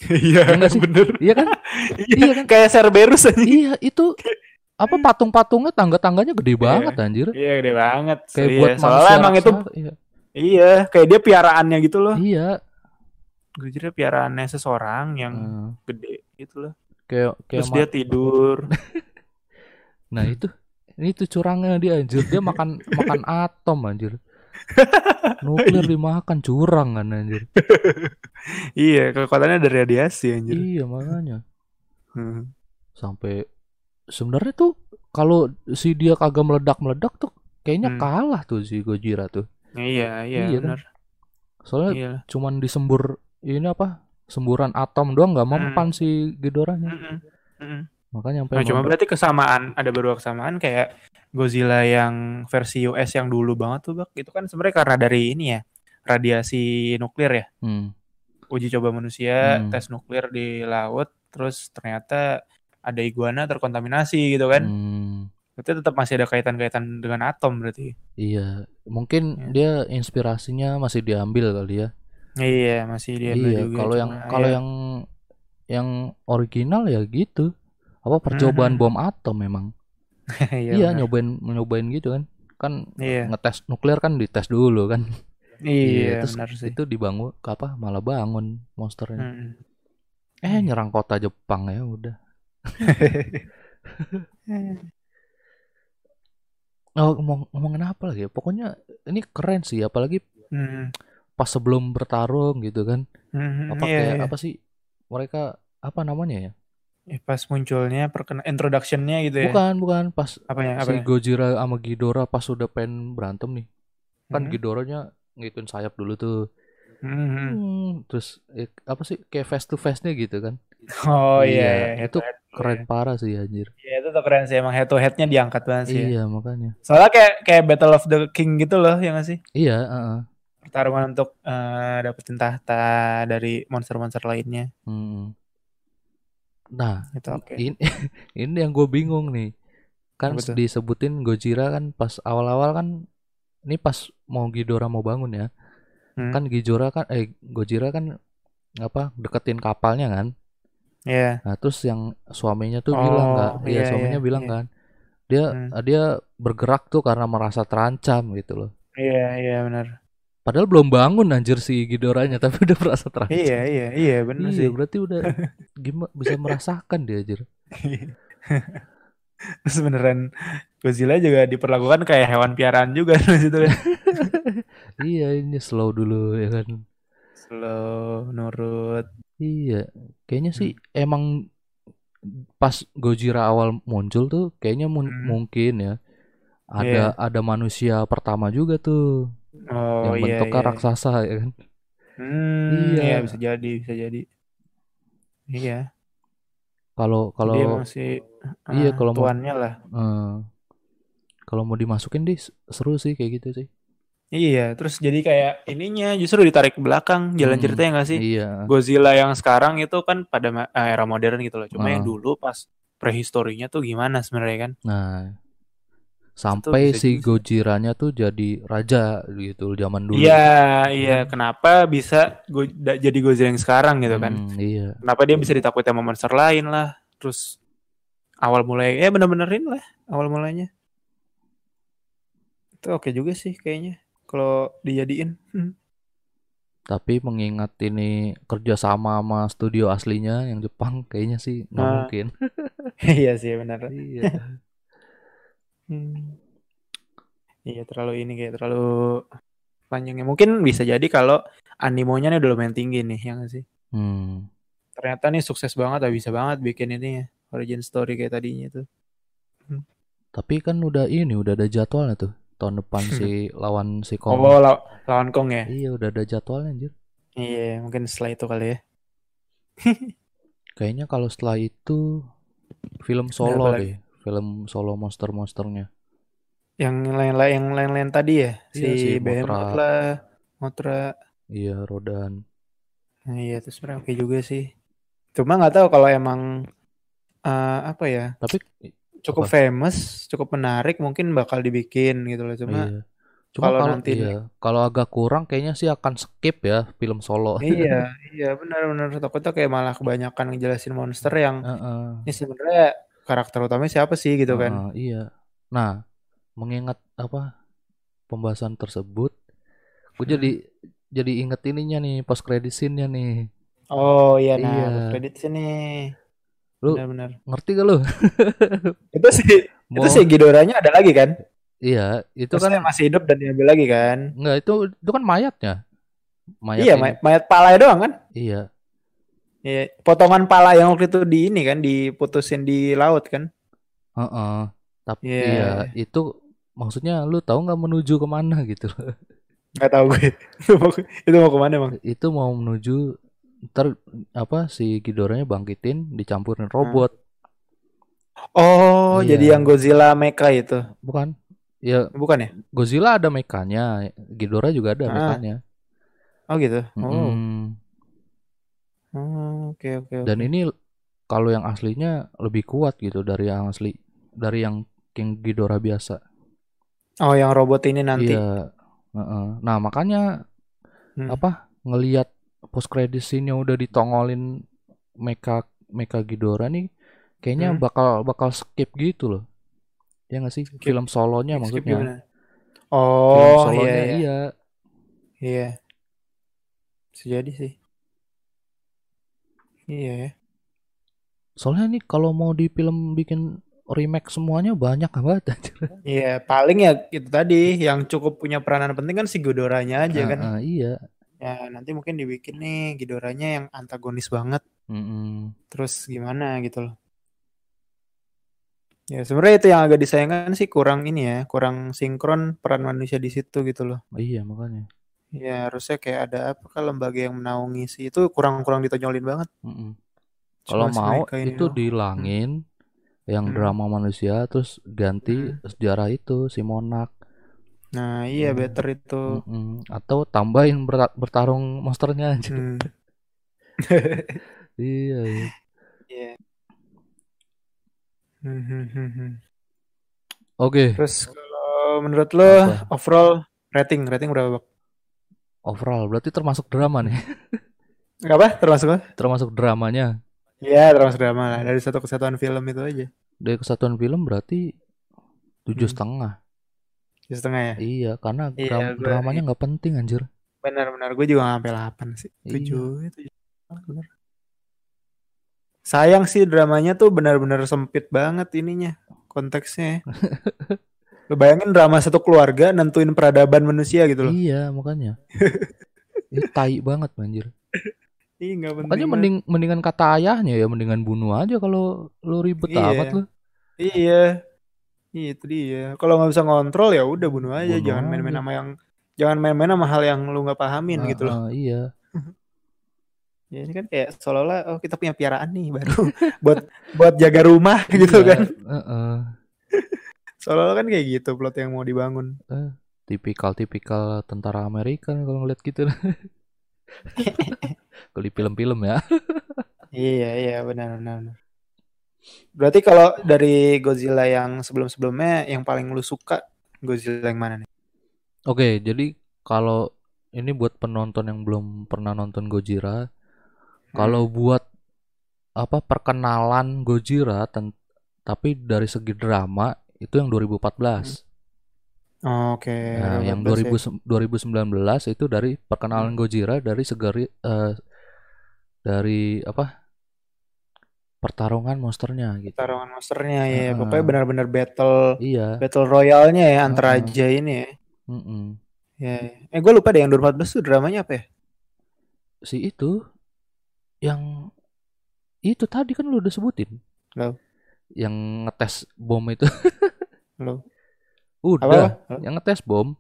Iya, bener. Iya kan? Iya kan? Kayak Cerberus aja. Iya, itu apa patung-patungnya tangga-tangganya gede banget anjir. Iya, gede banget. Kayak buat manusia emang itu. Iya, kayak dia piaraannya gitu loh. Iya. Gojira piaraannya seseorang yang gede gitu loh. Kayak terus dia tidur. Nah, itu curangnya dia anjir. Dia makan atom anjir. Nuklir dimakan, curang kan anjir. Iya, kekuatannya dari radiasi anjir. Iya, makanya. Sampai sebenarnya tuh kalau si dia kagak meledak tuh kayaknya kalah tuh si Gojira tuh. Iya benar. Kan? Soalnya cuman disembur ini apa? Semburan atom doang nggak mempan si Ghidorahnya. Makanya sampai cuma berarti ada beberapa kesamaan kayak Godzilla yang versi US yang dulu banget tuh, Bak. Itu kan sebenarnya karena dari ini ya, radiasi nuklir ya. Uji coba manusia, tes nuklir di laut, terus ternyata ada iguana terkontaminasi gitu kan. Berarti tetap masih ada kaitan-kaitan dengan atom berarti. Iya, mungkin dia inspirasinya masih diambil kali ya. Iya, masih diambil juga. Kalau yang original ya gitu. Apa percobaan bom atom memang. Iya, nyobain gitu kan. Kan ngetes nuklir kan dites dulu kan. Iya, terus benar sih. Itu dibangun malah bangun monsternya. Nyerang kota Jepang ya udah. Ngomongin apa lagi ya? Pokoknya ini keren sih, apalagi pas sebelum bertarung gitu kan. Apa sih mereka apa namanya ya? Pas munculnya introduction-nya gitu ya. Bukan pas si Gojira sama Ghidorah pas udah pengen berantem nih. Kan Ghidorahnya ngituin sayap dulu tuh. Terus apa sih kayak face to face-nya gitu kan. Oh iya, itu keren parah sih anjir. Iya, itu tuh keren sih, emang head to head-nya diangkat banget sih. Iya, makanya. Soalnya kayak Battle of the King gitu loh, ya nggak sih? Iya, pertarungan untuk dapetin tahta dari monster-monster lainnya. Nah, ini yang gue bingung nih. Kan disebutin Gojira kan pas awal-awal kan, ini pas mau Ghidorah mau bangun ya. Kan Gojira kan apa deketin kapalnya kan. Iya. Nah, terus yang suaminya tuh bilang nggak? Iya, suaminya bilang kan. Dia bergerak tuh karena merasa terancam gitu loh. Iya benar. Padahal belum bangun anjir si Ghidorahnya, tapi udah merasa terancam. Iya benar sih. Iya, berarti udah gimana bisa merasakan dia anjir. Terus beneran Godzilla juga diperlakukan kayak hewan piaraan juga di situ kan. Iya, ini slow dulu ya kan. Slow, nurut. Iya, kayaknya sih emang pas Gojira awal muncul tuh kayaknya mungkin ya ada manusia pertama juga tuh. Yang bentuknya raksasa ya kan. Iya bisa jadi. Iya. Kalau dia masih kalau tuannya lah. Kalau mau dimasukin seru sih kayak gitu sih. Iya, terus jadi kayak ininya justru ditarik ke belakang jalan ceritanya nggak sih? Iya. Godzilla yang sekarang itu kan pada era modern gitu loh. Cuma yang dulu pas prehistorinya tuh gimana sebenarnya kan? Nah, sampai si Gojiranya tuh jadi raja gitu zaman dulu. Iya. Kenapa bisa jadi Godzilla yang sekarang gitu kan? Iya. Kenapa dia bisa ditakuti sama monster lain lah? Terus awal mulai bener-benerin lah awal mulanya. Itu oke juga sih kayaknya kalau dijadiin. Tapi mengingat ini kerjasama sama studio aslinya yang Jepang, kayaknya sih nggak mungkin. Iya sih benar. Iya. Iya terlalu panjangnya. Mungkin bisa jadi kalau animonya nih udah lumayan tinggi nih, ya nggak sih? Ternyata nih sukses banget, bisa banget bikin ini ya origin story kayak tadinya tuh. Tapi kan udah ada jadwalnya tuh. Tahun depan lawan si Kong. Oh, lawan Kong ya? Iya, udah ada jadwalnya anjir. Iya, mungkin setelah itu kali ya. Kayaknya kalau setelah itu film solo deh, film solo monsternya. Yang lain-lain tadi ya? Si Behemoth lah, Mothra. Iya, Rodan. Nah, iya, itu sebenarnya oke juga sih. Cuma nggak tahu kalau emang apa ya? Tapi cukup famous, cukup menarik, mungkin bakal dibikin gitu loh. Cuma Cuma kalau kalau agak kurang kayaknya sih akan skip ya film solo. Iya benar-benar takutnya kayak malah kebanyakan ngejelasin monster yang ini sebenarnya karakter utamanya siapa sih gitu kan. Iya. Nah, mengingat pembahasan tersebut, gue jadi inget ininya nih, post credit scene-nya nih. Oh iya, nah Iya. post credit sini. Lu Benar-benar. ngerti gak lu? itu sih Ghidorah-nya ada lagi kan? Iya, itu Maksudnya kan masih hidup dan diambil lagi kan? enggak, itu kan mayatnya. Mayat Iya, ini. mayat palanya doang kan? Iya. Iya, potongan pala yang waktu itu di ini kan diputusin di laut kan? Tapi iya, Iya. itu maksudnya lu tahu nggak menuju kemana gitu? Nggak tahu gue. Itu mau kemana emang? Itu mau menuju ntar si Ghidorahnya bangkitin dicampurin robot. Oh, Iya. jadi yang Godzilla Mecha itu. Bukan. Ya, Bukan ya? Godzilla ada mekanya, Ghidorah juga ada mekanya. Oh gitu. Oh. Mm-mm. Oke oke Dan oke. ini kalau yang aslinya lebih kuat gitu dari yang asli, dari yang King Ghidorah biasa. Oh, yang robot ini nanti. Iya. Nah, makanya ngelihat post credit scene yang udah ditongolin Mecha Mecha Ghidorah nih kayaknya bakal skip gitu loh. Ya nggak sih? Film solonya maksudnya. Film Oh solonya iya. iya. Iya. Bisa jadi sih. Iya ya. Soalnya nih kalau mau di film bikin remake semuanya banyak banget anjir. Iya, paling ya itu tadi yang cukup punya peranan penting kan si Ghidorahnya aja kan. Iya. Ya nanti mungkin dibikin nih Ghidorahnya yang antagonis banget. Terus gimana gitu loh. Ya sebenarnya itu yang agak disayangkan sih kurang ini ya, kurang sinkron peran manusia di situ gitu loh. Iya makanya. Ya harusnya kayak ada apa kan lembaga yang menaungi sih itu kurang ditonjolin banget. Kalau Cuma si mau mereka ini itu loh. dihilangin yang drama manusia terus ganti sejarah itu si Monarch. Nah iya better itu. Atau tambahin bertarung monsternya aja. Iya. Iya. Oke. Terus kalau menurut lo overall rating berapa, Bang? Overall berarti termasuk drama nih. Apa? Termasuk apa? Termasuk dramanya. Iya, termasuk drama lah. Dari satu kesatuan film itu aja. Dari kesatuan film berarti 7,5. 7,5 ya? Iya, karena Iya, dramanya nggak penting anjir. Benar-benar gue juga nggak sampai 8 sih. 7 Iya. itu. Bener. Sayang sih dramanya tuh benar-benar sempit banget ininya konteksnya. Lo bayangin drama satu keluarga nentuin peradaban manusia gitu loh. Iya, makanya. Itu tai banget anjir. Iya, nggak penting. Makanya mendingan kata ayahnya ya, mendingan bunuh aja kalau lu ribet amat lu. Iya. Itu dia. Kalau nggak bisa ngontrol ya udah bunuh aja. Jangan main-main sama hal yang lu nggak pahamin gitu loh. Iya. Ya ini kan kayak seolah-olah kita punya piaraan nih baru buat jaga rumah gitu kan. Seolah-olah kan kayak gitu plot yang mau dibangun. Tipikal tentara Amerika kalau ngeliat gitu. Kalau di film-film ya. Iya benar. Berarti kalau dari Godzilla yang sebelum-sebelumnya yang paling lu suka Godzilla yang mana nih? Oke, jadi kalau ini buat penonton yang belum pernah nonton Gojira, kalau buat perkenalan Gojira tapi dari segi drama itu yang 2014. Oke. Nah, yang 2019 itu dari perkenalan Gojira dari pertarungan monsternya gitu. Pertarungan monsternya ya, pokoknya benar-benar battle royalnya ya antara aja ini ya. Ya. Gue lupa deh yang 2014 tuh dramanya apa ya? Si itu yang itu tadi kan lu udah sebutin. Lo. Yang ngetes bom itu. Lo. Udah, yang ngetes bom.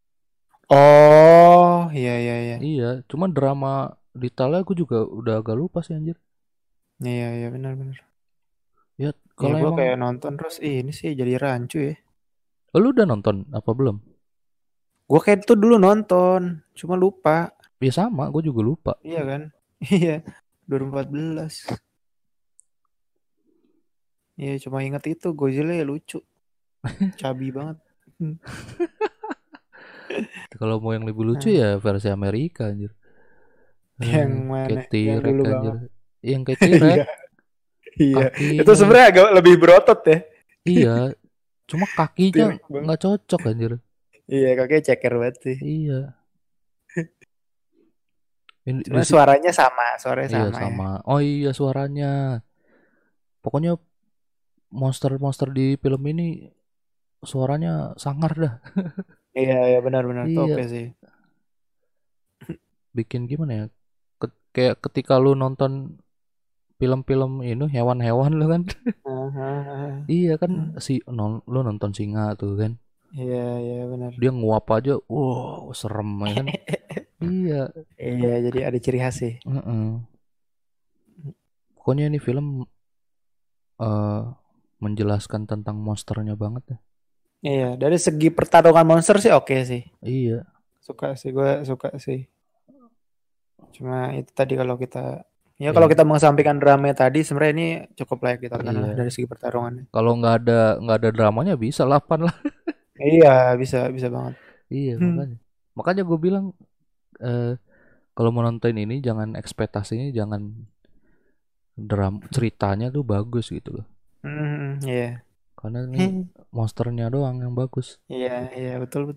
Oh, iya. Iya, cuman drama detailnya aku juga udah agak lupa sih anjir. Iya benar. Ya kalau gue kayak nonton terus ini sih jadi rancu ya. Lu udah nonton apa belum? Gue kayak itu dulu nonton, cuma lupa. Ya sama, gue juga lupa. Iya kan? Iya, 2014. Iya, cuma inget itu Godzilla ya lucu. Cabi banget. Kalau mau yang lebih lucu ya versi Amerika anjir. Yang mana? Kayak Yang T-Rex dulu anjir. banget. Yang kayak T-Rex Iya, iya. Itu kakinya sebenarnya agak lebih berotot ya. iya, cuma kakinya T-Rex banget. nggak cocok anjir. Iya, kakinya ceker banget sih. Iya. Cuma suaranya suaranya iya sama ya. sama. Oh iya suaranya. Pokoknya monster-monster di film ini suaranya sangar dah. Iya, iya benar-benar tuh Iya, oke sih. bikin gimana ya? Kayak ketika lu nonton film-film ini hewan-hewan lu kan. Iya kan lu nonton singa tuh kan. Iya, iya benar. Dia nguap aja, wow serem ya kan. Iya. Iya, jadi ada ciri khas sih. Pokoknya ini film menjelaskan tentang monsternya banget ya. Iya, dari segi pertarungan monster sih oke sih. Iya. Suka sih, gue suka sih. Cuma itu tadi kalau kita kalau kita mengesampingkan drama tadi sebenarnya ini cukup layak ditonton lah dari segi pertarungannya. Kalau nggak ada dramanya bisa 8 lah. Iya, bisa banget. Iya, makanya gue bilang kalau mau nonton ini jangan ekspektasinya jangan ceritanya tuh bagus gitu loh. Iya. Karena ini monsternya doang yang bagus. Iya betul.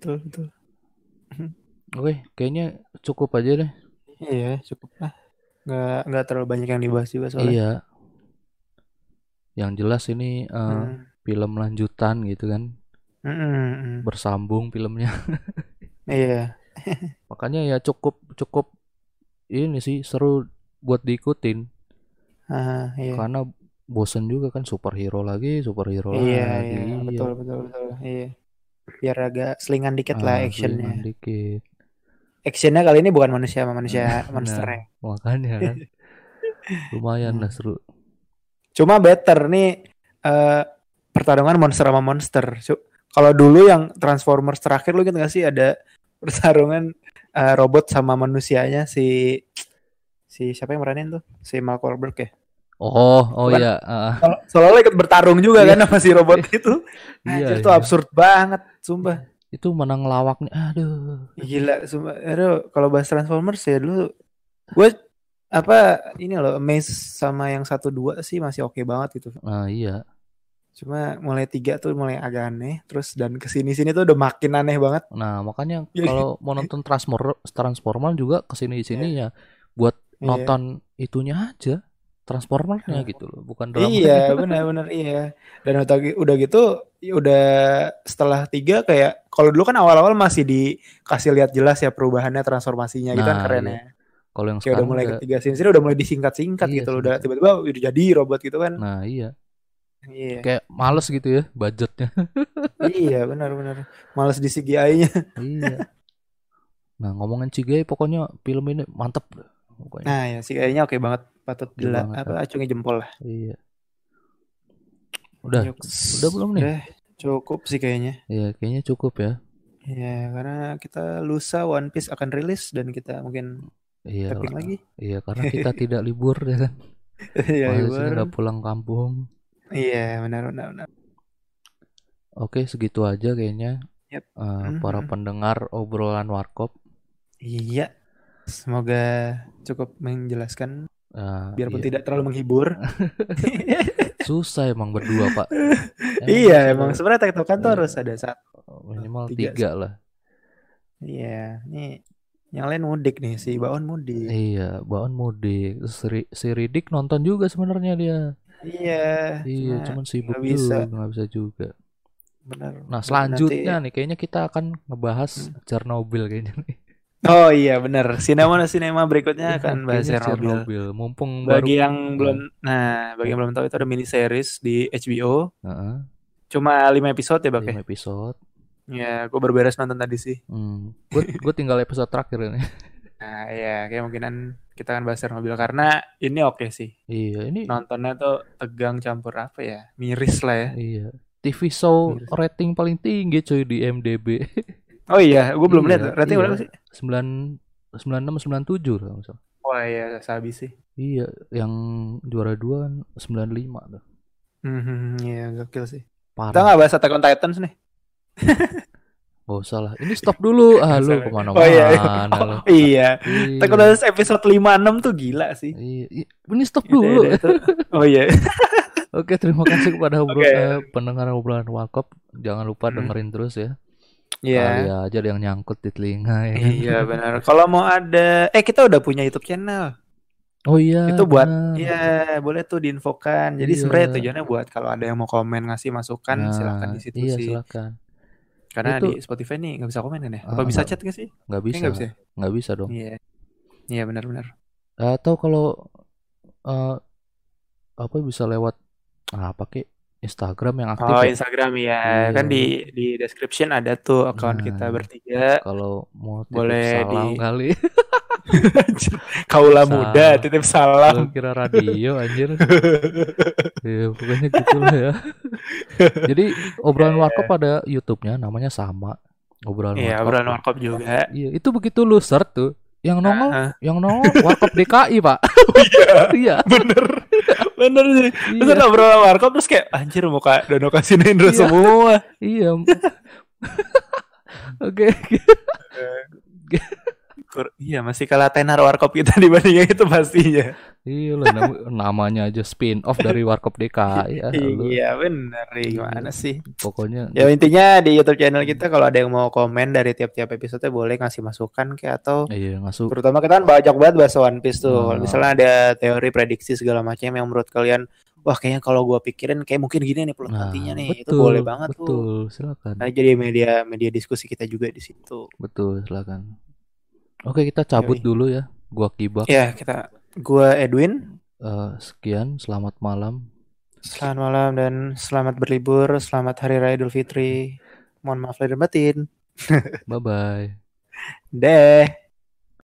Oke, kayaknya cukup aja deh. Iya, cukup lah. Nggak terlalu banyak yang dibahas juga soalnya. Iya. Yang jelas ini film lanjutan gitu kan. Bersambung filmnya. Iya. Makanya ya cukup ini sih seru buat diikutin. Iya. Karena bosen juga kan superhero lagi. Iya, betul. Iya. Biar agak selingan dikit lah actionnya. Selingan dikit. Actionnya kali ini bukan manusia sama manusia monsternya. Makanya kan. Lumayan lah seru. Cuma better nih pertarungan monster sama monster. Kalau dulu yang Transformers terakhir lu ingat gak sih ada pertarungan robot sama manusianya si siapa yang meranin tuh? Si Mark Wahlberg ya? Oh iya. Soalnya ikut bertarung juga kan sama si robot itu. Itu absurd banget, sumpah. Itu menang lawaknya, aduh. Gila, sumpah. Aduh, kalau bahas Transformers ya dulu, gue ini loh, Amaze sama yang 1-2 sih masih oke banget gitu. Nah iya. Cuma mulai 3 tuh mulai agak aneh, terus dan kesini-sini tuh udah makin aneh banget. Nah makanya kalau mau nonton Transformer juga kesini-sini ya buat nonton itunya aja. Transformernya gitu loh, bukan drama. Iya, benar iya. Dan udah gitu, udah setelah 3 kayak kalau dulu kan awal-awal masih dikasih lihat jelas ya perubahannya transformasinya gitu kan keren ya. Kalau yang kayak udah mulai ketiga sini udah mulai disingkat-singkat gitu loh, udah tiba-tiba udah jadi robot gitu kan. Nah, iya. Iya. Kayak males gitu ya budgetnya. Iya, benar. Males di CGI-nya. Iya. Nah, ngomongin CGI pokoknya film ini mantep. Pokoknya. Nah ya CGI-nya oke banget, patut acungi jempol lah. Iya. Udah belum nih? Udah cukup sih kayaknya. Iya, kayaknya cukup ya. Iya, karena kita lusa One Piece akan rilis dan kita mungkin tapping lagi. Iya, karena kita tidak libur ya kan. Iya, libur. Nggak pulang kampung. Iya, benar. Oke, segitu aja kayaknya. Yep. Para pendengar obrolan Warkop. Iya. Semoga cukup menjelaskan. Biarpun tidak terlalu menghibur. Susah emang berdua, Pak. Iya, emang sebenarnya tektokan tuh harus ada minimal 3 lah. Iya, nih yang lain mudik nih, si Baon mudik. Iya, Baon mudik. Si Ridik nonton juga sebenarnya dia. Iya, cuman sibuk juga, nggak bisa juga. Benar. Nah, selanjutnya nih kayaknya kita akan ngebahas Chernobyl kayaknya nih. Oh iya benar. Sinema berikutnya akan bahas Chernobyl. Mumpung bagi yang belum tahu itu ada mini series di HBO. Cuma 5 episode ya, Bak. 5 episode. Ya, gue baru beres nonton tadi sih. Gue tinggal episode terakhir ini. Nah, ya kayak mungkinan kita akan bahas Chernobyl karena ini oke sih. Iya, ini nontonnya tuh tegang campur apa ya? Miris lah ya. Iya. TV show rating paling tinggi cuy di IMDb. Oh iya, gue belum lihat. Rating berapa sih? 96 97 lah misalnya. Wah iya, sabi sih. Iya, yang juara 2 kan 95 tuh. Iya, gokil sih. Parah. Kita nggak bahas Attack on Titans nih. Gak usah lah. Ini stop dulu. Ah lu kemana-mana. Oh iya. Lu. Iya. Iya. Tapi udah episode 56 tuh gila sih. Iya. Ini stop dulu. Oh iya. Oke, terima kasih kepada pendengar obrolan Warkop. Jangan lupa dengerin terus ya. Iya. Kali aja yang nyangkut di telinga ya. Iya benar. Kalau mau ada, kita udah punya YouTube channel. Oh iya. Itu buat, ya boleh tuh diinfokan. Jadi sebenarnya tujuannya buat kalau ada yang mau komen ngasih masukan, silakan di situ sih. Iya silakan. Karena di Spotify nih nggak bisa komen kan ya? Apa bisa chat nggak sih? Nggak bisa. Nggak bisa dong. Iya benar-benar. Atau kalau apa bisa lewat pakai Instagram yang aktif. Oh Instagram ya. Kan di description ada tuh account kita bertiga. Kalau mau boleh salam kali. Kaulah muda titip salam. Lu kira radio anjir. Ya pokoknya gitu lah ya. Jadi obrolan Warkop ada YouTube-nya namanya sama. Obrolan Warkop. Iya, obrolan Warkop juga. Iya, itu begitu lu search tuh. Yang nongol Warkop DKI, Pak. Iya. Bener sih. Terus obrolan Warkop terus kayak anjir muka Dono Kasinendro semua. Iya. Oke. Iya masih kalah tenar Warkop kita dibandingnya itu pastinya. Iya lah namanya aja spin off dari Warkop DKI. Iya bener gimana sih. Pokoknya ya intinya di YouTube channel kita kalau ada yang mau komen dari tiap-tiap episode boleh ngasih masukan kayak atau ngasih. Terutama kita kan banyak banget bahas One Piece tuh. Misalnya ada teori prediksi segala macam yang menurut kalian wah kayaknya kalau gua pikirin kayak mungkin gini nih plot nantinya nih. Itu boleh banget tuh. Betul, silakan. Nah, jadi media diskusi kita juga di situ. Betul, silakan. Oke, kita cabut dulu ya. Gua Kibak. Ya, gua Edwin. Sekian, selamat malam. Selamat malam dan selamat berlibur, selamat Hari Raya Idul Fitri. Mohon maaf lahir dan batin. Bye bye. Deh.